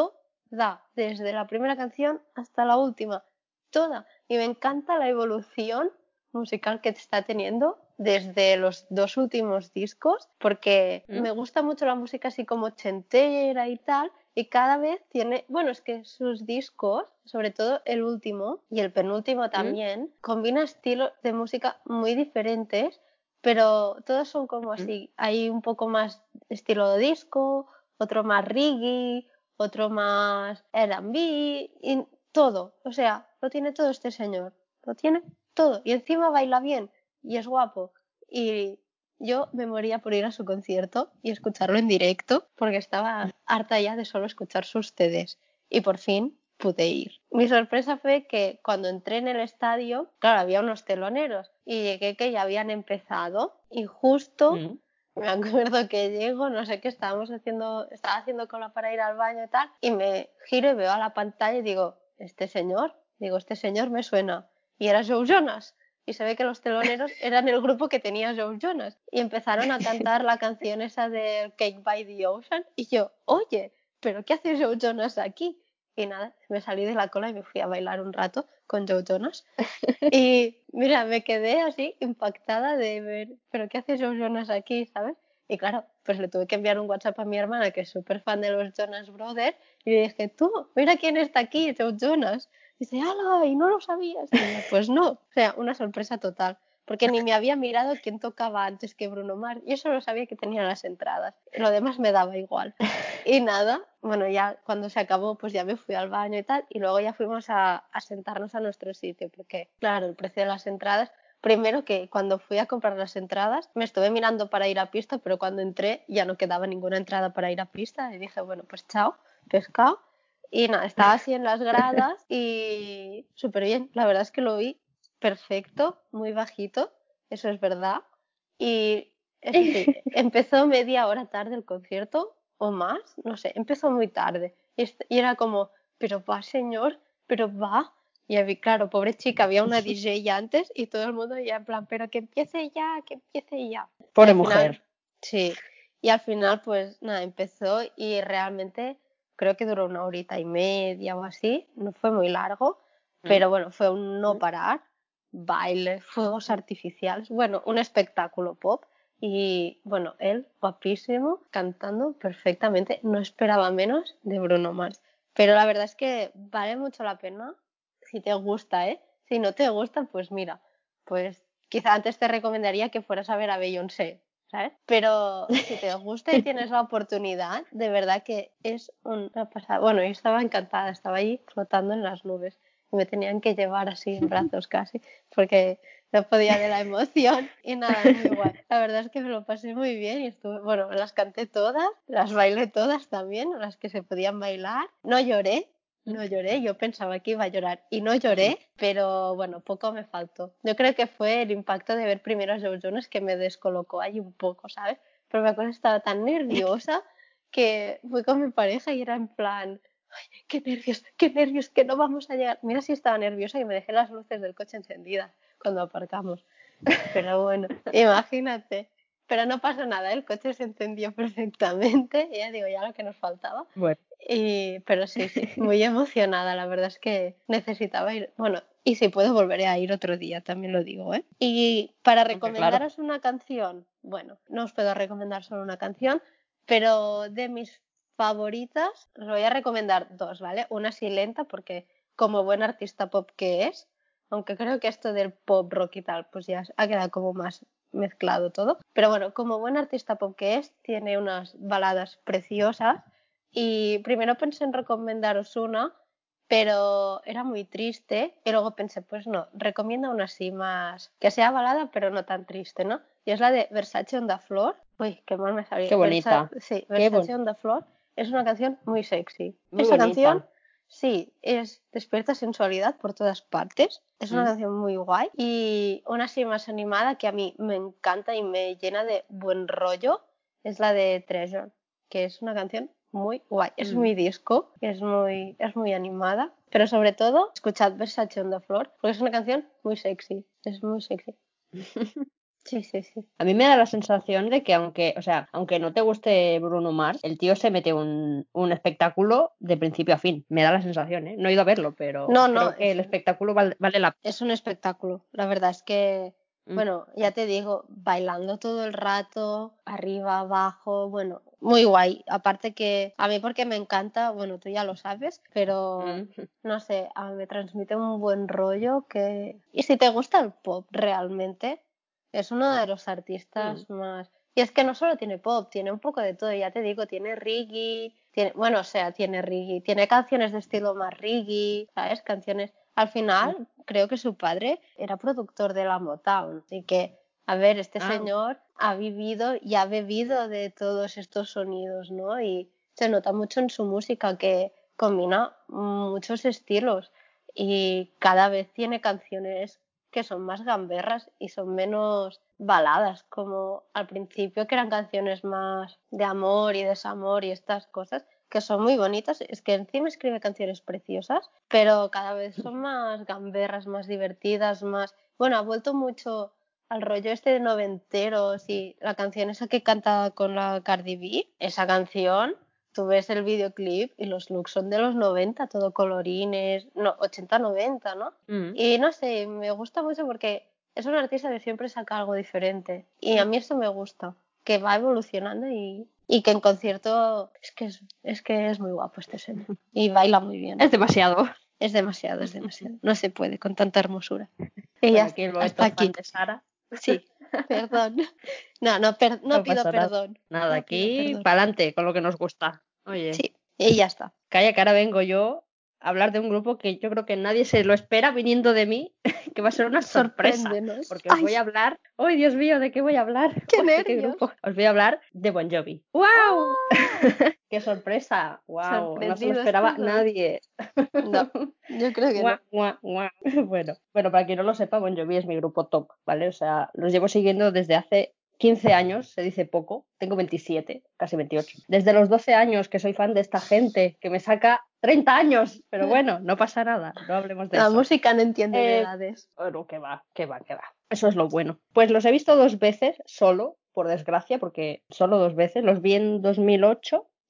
toda, desde la primera canción hasta la última, toda. Y me encanta la evolución musical que está teniendo desde los dos últimos discos, porque Mm, me gusta mucho la música así como ochentera y tal, y cada vez tiene, bueno, es que sus discos, sobre todo el último y el penúltimo mm, también, combina estilos de música muy diferentes, pero todos son como mm. así, hay un poco más estilo de disco, otro más reggae, otro más R and B, y todo, o sea, lo tiene todo este señor, lo tiene todo, y encima baila bien, y es guapo, y yo me moría por ir a su concierto y escucharlo en directo, porque estaba harta ya de solo escuchar sus C Ds, y por fin pude ir. Mi sorpresa fue que cuando entré en el estadio, claro, había unos teloneros, y llegué que ya habían empezado, y justo Mm. me acuerdo que llego, no sé qué estábamos haciendo, estaba haciendo cola para ir al baño y tal, y me giro y veo a la pantalla y digo, este señor, digo, este señor me suena. Y era Joe Jonas. Y se ve que los teloneros eran el grupo que tenía Joe Jonas. Y empezaron a cantar la canción esa de Cake by the Ocean. Y yo, oye, ¿pero qué hace Joe Jonas aquí? Y nada, me salí de la cola y me fui a bailar un rato con Joe Jonas. Y mira, me quedé así impactada de ver, pero ¿qué hace Joe Jonas aquí, sabes? Y claro, pues le tuve que enviar un WhatsApp a mi hermana, que es súper fan de los Jonas Brothers, y le dije, tú, mira quién está aquí, Joe Jonas. Y dice, ¡hala! ¿Y no lo sabías? Y yo, pues no, o sea, una sorpresa total, porque ni me había mirado quién tocaba antes que Bruno Mars. Yo solo sabía que tenía las entradas, lo demás me daba igual. Y nada, bueno, ya cuando se acabó, pues ya me fui al baño y tal, y luego ya fuimos a, a sentarnos a nuestro sitio, porque claro, el precio de las entradas, primero que cuando fui a comprar las entradas, me estuve mirando para ir a pista, pero cuando entré ya no quedaba ninguna entrada para ir a pista, y dije, bueno, pues chao, pescado. Y nada, estaba así en las gradas y súper bien, la verdad es que lo vi perfecto, muy bajito, eso es verdad. Y eso sí, empezó media hora tarde el concierto o más, no sé, empezó muy tarde. Y, est- y era como, pero va, señor, pero va. Y había, claro, pobre chica, había una D J ya antes y todo el mundo ya en plan, pero que empiece ya, que empiece ya. Y Pobre al final, mujer. sí, y al final pues nada, empezó y realmente creo que duró una horita y media o así, no fue muy largo, Mm, pero bueno, fue un no mm, parar. baile, fuegos artificiales, bueno, un espectáculo pop. Y bueno, él, guapísimo, cantando perfectamente. No esperaba menos de Bruno Mars. Pero la verdad es que vale mucho la pena si te gusta, ¿eh? Si no te gusta, pues mira, pues quizá antes te recomendaría que fueras a ver a Beyoncé, ¿sabes? Pero si te gusta y tienes la oportunidad, de verdad que es una pasada. Bueno, yo estaba encantada, estaba ahí flotando en las nubes y me tenían que llevar así en brazos casi, porque no podía de la emoción y nada, muy guay. La verdad es que me lo pasé muy bien y estuve, bueno, las canté todas, las bailé todas también, las que se podían bailar. No lloré, no lloré, yo pensaba que iba a llorar y no lloré, pero bueno, poco me faltó. Yo creo que fue el impacto de ver primero a Joe Jonas que me descolocó ahí un poco, ¿sabes? Pero me acuerdo que estaba tan nerviosa que fui con mi pareja y era en plan, ay, qué nervios, qué nervios, que no vamos a llegar. Mira si estaba nerviosa y me dejé las luces del coche encendidas cuando aparcamos. Pero bueno, imagínate. Pero no pasó nada, el coche se encendió perfectamente, y ya digo, ya lo que nos faltaba. Bueno. Y, pero sí, sí, muy emocionada, la verdad es que necesitaba ir, bueno, y si puedo volveré a ir otro día, también lo digo, ¿eh? Y para recomendaros claro. una canción, bueno, no os puedo recomendar solo una canción, pero de mis favoritas os voy a recomendar dos, ¿vale? Una así lenta porque como buen artista pop que es, aunque creo que esto del pop rock y tal, pues ya ha quedado como más mezclado todo, pero bueno, como buen artista pop que es, tiene unas baladas preciosas y primero pensé en recomendaros una, pero era muy triste y luego pensé, pues no, recomiendo una así más, que sea balada pero no tan triste, ¿no? Y es la de Versace on the Floor. Uy, qué mal me salió. Qué bonita. Versa- sí, Qué Versace bon on the Floor es una canción muy sexy. muy Esa canción, bonita. sí, es despierta sensualidad por todas partes. Es una Mm. canción muy guay y una así más animada que a mí me encanta y me llena de buen rollo es la de Treasure, que es una canción muy guay. Es Mm. muy disco, es muy, es muy animada, pero sobre todo escuchad Versace on the Floor porque es una canción muy sexy, es muy sexy. Sí, sí, sí. A mí me da la sensación de que aunque, o sea, aunque no te guste Bruno Mars, el tío se mete un, un espectáculo de principio a fin. Me da la sensación, ¿eh? No he ido a verlo, pero No, no, creo que es, el espectáculo vale, vale la es un espectáculo. La verdad es que, pena. bueno, ya te digo, bailando todo el rato, arriba, abajo, bueno, muy guay. Aparte que a mí porque me encanta, bueno, tú ya lo sabes, pero Mm. no sé, a mí me transmite un buen rollo que... Y si te gusta el pop realmente, es uno de los Mm. artistas más... Y es que no solo tiene pop, tiene un poco de todo, ya te digo, tiene reggae, tiene, bueno, o sea, tiene reggae, tiene canciones de estilo más reggae, ¿sabes? Canciones... Al Mm. final, creo que su padre era productor de la Motown, así que, a ver, este Ah, señor ha vivido y ha bebido de todos estos sonidos, ¿no? Y se nota mucho en su música que combina muchos estilos y cada vez tiene canciones que son más gamberras y son menos baladas, como al principio que eran canciones más de amor y desamor y estas cosas, que son muy bonitas. Es que encima escribe canciones preciosas, pero cada vez son más gamberras, más divertidas, más... Bueno, ha vuelto mucho al rollo este de noventeros y la canción esa que canta con la Cardi B, esa canción, tú ves el videoclip y los looks son de los noventa, todo colorines, no, ochenta noventa, ¿no? mm. Y no sé, me gusta mucho porque es un artista que siempre saca algo diferente y a mí eso me gusta, que va evolucionando y, y que en concierto es que es, es que es muy guapo este señor y baila muy bien. Es demasiado. Es demasiado, es demasiado. No se puede con tanta hermosura. Y Bueno, ya aquí el hasta momento fan aquí. de Sara. Sí, perdón. No, no, per- no No pido pasa nada. perdón. Nada, No pido aquí perdón. para adelante con lo que nos gusta. Oye, Sí, y ya está. calla que ahora vengo yo a hablar de un grupo que yo creo que nadie se lo espera viniendo de mí, que va a ser una sorpresa, Sorpréndenos. porque os ¡Ay, voy a hablar, ¡ay, Dios mío! ¿De qué voy a hablar? qué Uy, ¿de qué grupo? nervios! Os voy a hablar de Bon Jovi. ¡Wow! ¡Oh! ¡Qué sorpresa! ¡Wow! No se lo Sorprendidos esperaba que sois. nadie. No, yo creo que Guau, no. guau, guau. Bueno, bueno, para quien no lo sepa, Bon Jovi es mi grupo top, ¿vale? O sea, los llevo siguiendo desde hace quince años, se dice poco, tengo veintisiete, casi veintiocho. Desde los doce años que soy fan de esta gente, que me saca treinta años, pero bueno, no pasa nada, no hablemos de La eso. música no entiende de Eh, edades. bueno, que va, que va, que va. Eso es lo bueno. Pues los he visto dos veces, solo, por desgracia, porque solo dos veces. Los vi en dos mil ocho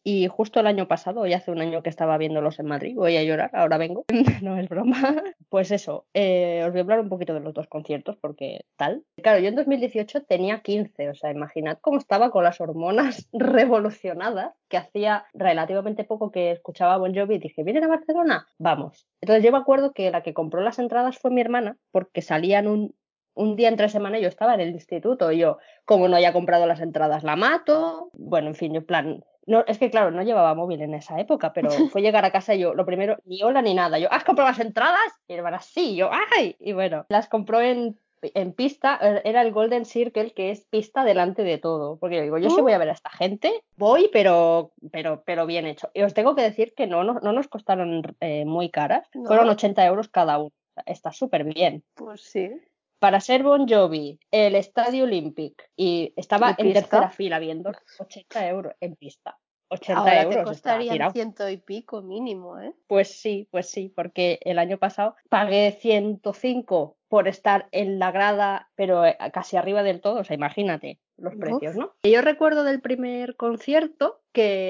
y justo el año pasado, hoy hace un año que estaba viéndolos en Madrid, voy a llorar, ahora vengo, no es broma. Pues eso, eh, os voy a hablar un poquito de los dos conciertos porque tal. Claro, yo en dos mil dieciocho tenía quince, o sea, imaginad cómo estaba con las hormonas revolucionadas, que hacía relativamente poco que escuchaba a Bon Jovi y dije, ¿vienen a Barcelona? Vamos. Entonces yo me acuerdo que la que compró las entradas fue mi hermana porque salían un, un día entre semana y yo estaba en el instituto y yo, como no haya comprado las entradas, la mato. Bueno, en fin, yo en plan... No, es que claro, no llevaba móvil en esa época, pero fue llegar a casa y yo, lo primero, ni hola ni nada. Yo, ¿has comprado las entradas? Y mi hermana, sí, yo, ¡ay! Y bueno, las compró en, en pista, era el Golden Circle, que es pista delante de todo. Porque yo digo, yo sí voy a ver a esta gente, voy, pero, pero, pero bien hecho. Y os tengo que decir que no, no, no nos costaron eh, muy caras, ¿No? fueron ochenta euros cada uno. Está súper bien. Pues sí. Para ser Bon Jovi, el Estadio Olympic, y estaba en tercera fila viendo ochenta euros en pista. ochenta Ahora euros te está costarían tirado. ciento y pico mínimo, ¿eh? Pues sí, pues sí, porque el año pasado pagué ciento cinco por estar en la grada, pero casi arriba del todo, o sea, imagínate los Uf. precios, ¿no? Y yo recuerdo del primer concierto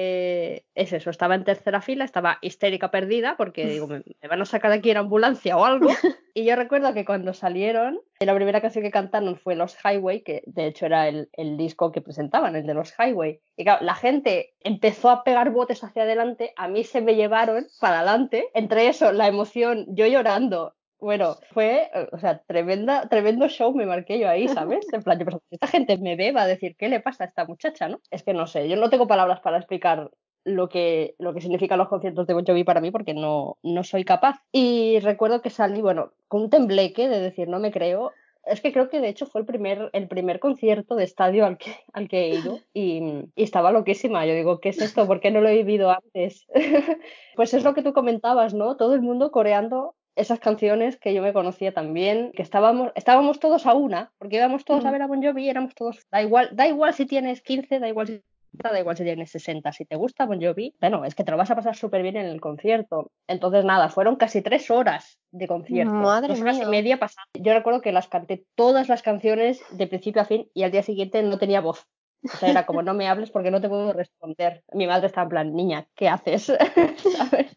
que es eso, estaba en tercera fila, estaba histérica perdida porque digo, me, me van a sacar de aquí en ambulancia o algo. Y yo recuerdo que cuando salieron, la primera canción que cantaron fue Los Highway, que de hecho era el, el disco que presentaban, el de Los Highway. Y claro, la gente empezó a pegar botes hacia adelante, a mí se me llevaron para adelante, entre eso, la emoción, yo llorando. Bueno, fue, o sea, tremenda, tremendo show me marqué yo ahí, ¿sabes? En plan, yo pensaba, esta gente me ve, va a decir, ¿qué le pasa a esta muchacha, no? Es que no sé, yo no tengo palabras para explicar lo que, lo que significan los conciertos de Bon Jovi para mí porque no, no soy capaz. Y recuerdo que salí, bueno, con un tembleque de decir, no me creo. Es que creo que de hecho fue el primer, el primer concierto de estadio al que, al que he ido y, y estaba loquísima. Yo digo, ¿qué es esto? ¿Por qué no lo he vivido antes? Pues es lo que tú comentabas, ¿no? Todo el mundo coreando esas canciones que yo me conocía también, que estábamos, estábamos todos a una, porque íbamos todos a ver a Bon Jovi, éramos todos, da igual, da igual si tienes quince, da igual si da igual si tienes sesenta, si te gusta Bon Jovi, bueno, es que te lo vas a pasar súper bien en el concierto. Entonces nada, fueron casi tres horas de concierto, Madre dos horas mía. y media pasadas. Yo recuerdo que las canté todas las canciones de principio a fin y al día siguiente no tenía voz. O sea, era como, no me hables porque no te puedo responder. Mi madre estaba en plan, niña, ¿qué haces? ¿Sabes?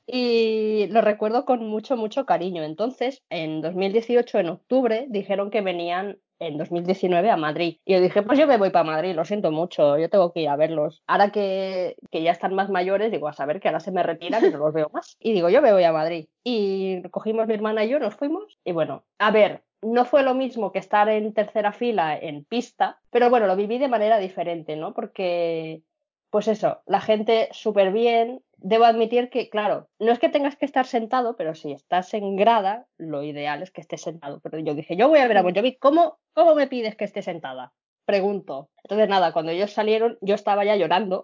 Y lo recuerdo con mucho, mucho cariño. Entonces, en dos mil dieciocho, en octubre, dijeron que venían en dos mil diecinueve a Madrid. Y yo dije, pues yo me voy para Madrid, lo siento mucho, yo tengo que ir a verlos. Ahora que, que ya están más mayores, digo, a saber que ahora se me retiran y no los veo más. Y digo, yo me voy a Madrid. Y cogimos mi hermana y yo, nos fuimos. Y bueno, a ver, no fue lo mismo que estar en tercera fila en pista, pero bueno, lo viví de manera diferente, ¿no? Porque, pues eso, la gente súper bien. Debo admitir que, claro, no es que tengas que estar sentado, pero si estás en grada, lo ideal es que estés sentado. Pero yo dije, yo voy a ver a Bon Jovi, ¿cómo, cómo me pides que esté sentada? Pregunto. Entonces, nada, cuando ellos salieron, yo estaba ya llorando.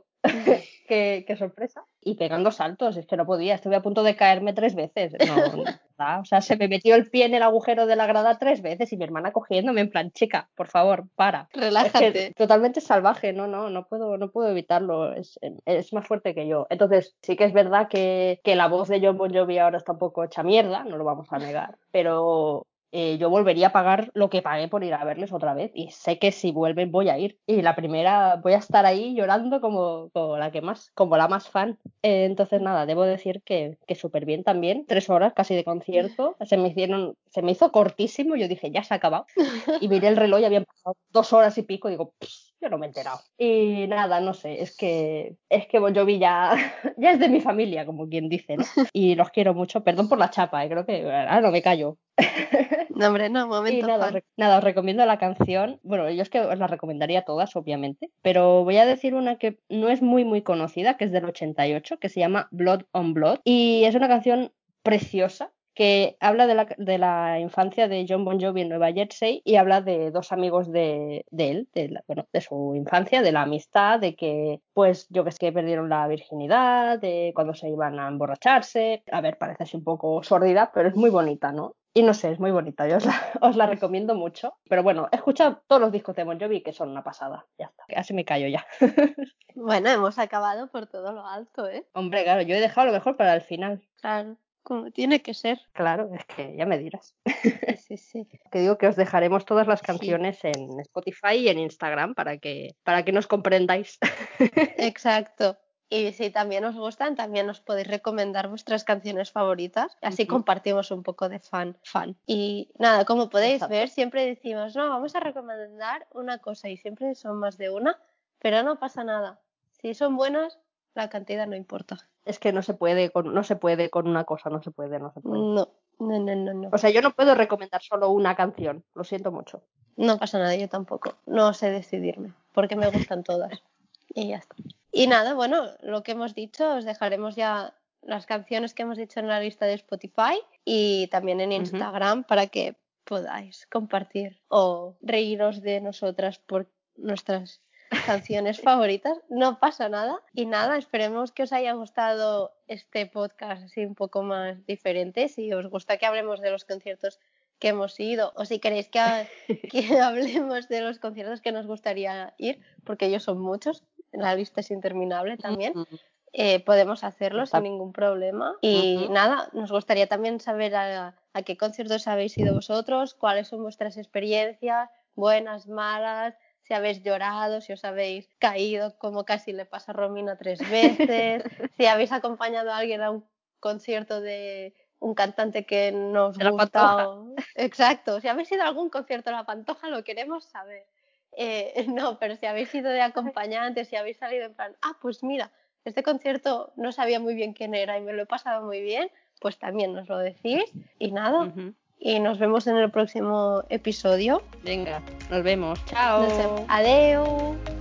qué, qué sorpresa. Y pegando saltos, es que no podía, estuve a punto de caerme tres veces. No, nada, o sea, se me metió el pie en el agujero de la grada tres veces y mi hermana cogiéndome en plan, chica, por favor, para. Relájate. Es que totalmente salvaje, no, no, no puedo, no puedo evitarlo, es, es más fuerte que yo. Entonces, sí que es verdad que, que la voz de Jon Bon Jovi ahora está un poco hecha mierda, no lo vamos a negar, pero eh, yo volvería a pagar lo que pagué por ir a verles otra vez y sé que si vuelven voy a ir. Y la primera voy a estar ahí llorando como, como la que más, como la más fan. Eh, entonces nada, debo decir que, que súper bien también, tres horas casi de concierto, se me hicieron, se me hizo cortísimo, yo dije ya se ha acabado y miré el reloj y habían pasado dos horas y pico, digo, yo no me he enterado. Y nada, no sé, es que es que Bon Jovi ya, ya es de mi familia, como quien dice, ¿no? Y los quiero mucho, perdón por la chapa, ¿eh? Creo que ahora no me callo. No, hombre, no, momento Y nada, fan. os, nada, os recomiendo la canción. Bueno, yo es que os la recomendaría todas, obviamente, pero voy a decir una que no es muy, muy conocida, que es del ochenta y ocho, que se llama Blood on Blood. Y es una canción preciosa que habla de la, de la infancia de Jon Bon Jovi en Nueva Jersey y habla de dos amigos de, de él, de, la, bueno, de su infancia, de la amistad, de que, pues, yo que sé, que perdieron la virginidad, de cuando se iban a emborracharse. A ver, parece así un poco sórdida, pero es muy bonita, ¿no? Y no sé, es muy bonita, yo os la, os la recomiendo mucho. Pero bueno, he escuchado todos los discos de Bon Jovi que son una pasada. Ya está, así me callo ya. Bueno, hemos acabado por todo lo alto, ¿eh? Hombre, claro, yo he dejado lo mejor para el final. Claro, como tiene que ser. Claro, es que ya me dirás. Sí, sí, sí. Que digo que os dejaremos todas las Sí. canciones en Spotify y en Instagram para que, para que nos comprendáis. Exacto. Y si también os gustan, también os podéis recomendar vuestras canciones favoritas. Así Ujú. compartimos un poco de fan, fan. Y nada, como podéis Exacto. ver, siempre decimos, no, vamos a recomendar una cosa y siempre son más de una, pero no pasa nada. Si son buenas, la cantidad no importa. Es que no se puede con, no se puede con una cosa, no se puede, no se puede. No, no, no, no, no. O sea, yo no puedo recomendar solo una canción, lo siento mucho. No pasa nada, yo tampoco. No sé decidirme, porque me gustan todas. Y ya está. Y nada, bueno, lo que hemos dicho, os dejaremos ya las canciones que hemos dicho en la lista de Spotify y también en Instagram uh-huh. para que podáis compartir o reíros de nosotras por nuestras canciones favoritas. No pasa nada. Y nada, esperemos que os haya gustado este podcast así un poco más diferente. Si os gusta que hablemos de los conciertos que hemos ido o si queréis que, que hablemos de los conciertos que nos gustaría ir, porque ellos son muchos. La lista es interminable también. Eh, podemos hacerlo Está. sin ningún problema. Y uh-huh. nada, nos gustaría también saber a, a qué conciertos habéis ido vosotros, cuáles son vuestras experiencias, buenas, malas, si habéis llorado, si os habéis caído, como casi le pasa a Romina tres veces, si habéis acompañado a alguien a un concierto de un cantante que nos gusta. O... Exacto, si habéis ido a algún concierto de La Pantoja, lo queremos saber. Eh, no, pero si habéis ido de acompañantes, si habéis salido en plan, ah, pues mira, este concierto no sabía muy bien quién era y me lo he pasado muy bien, pues también nos lo decís y nada. Uh-huh. Y nos vemos en el próximo episodio. Venga, nos vemos. Chao. Adeu.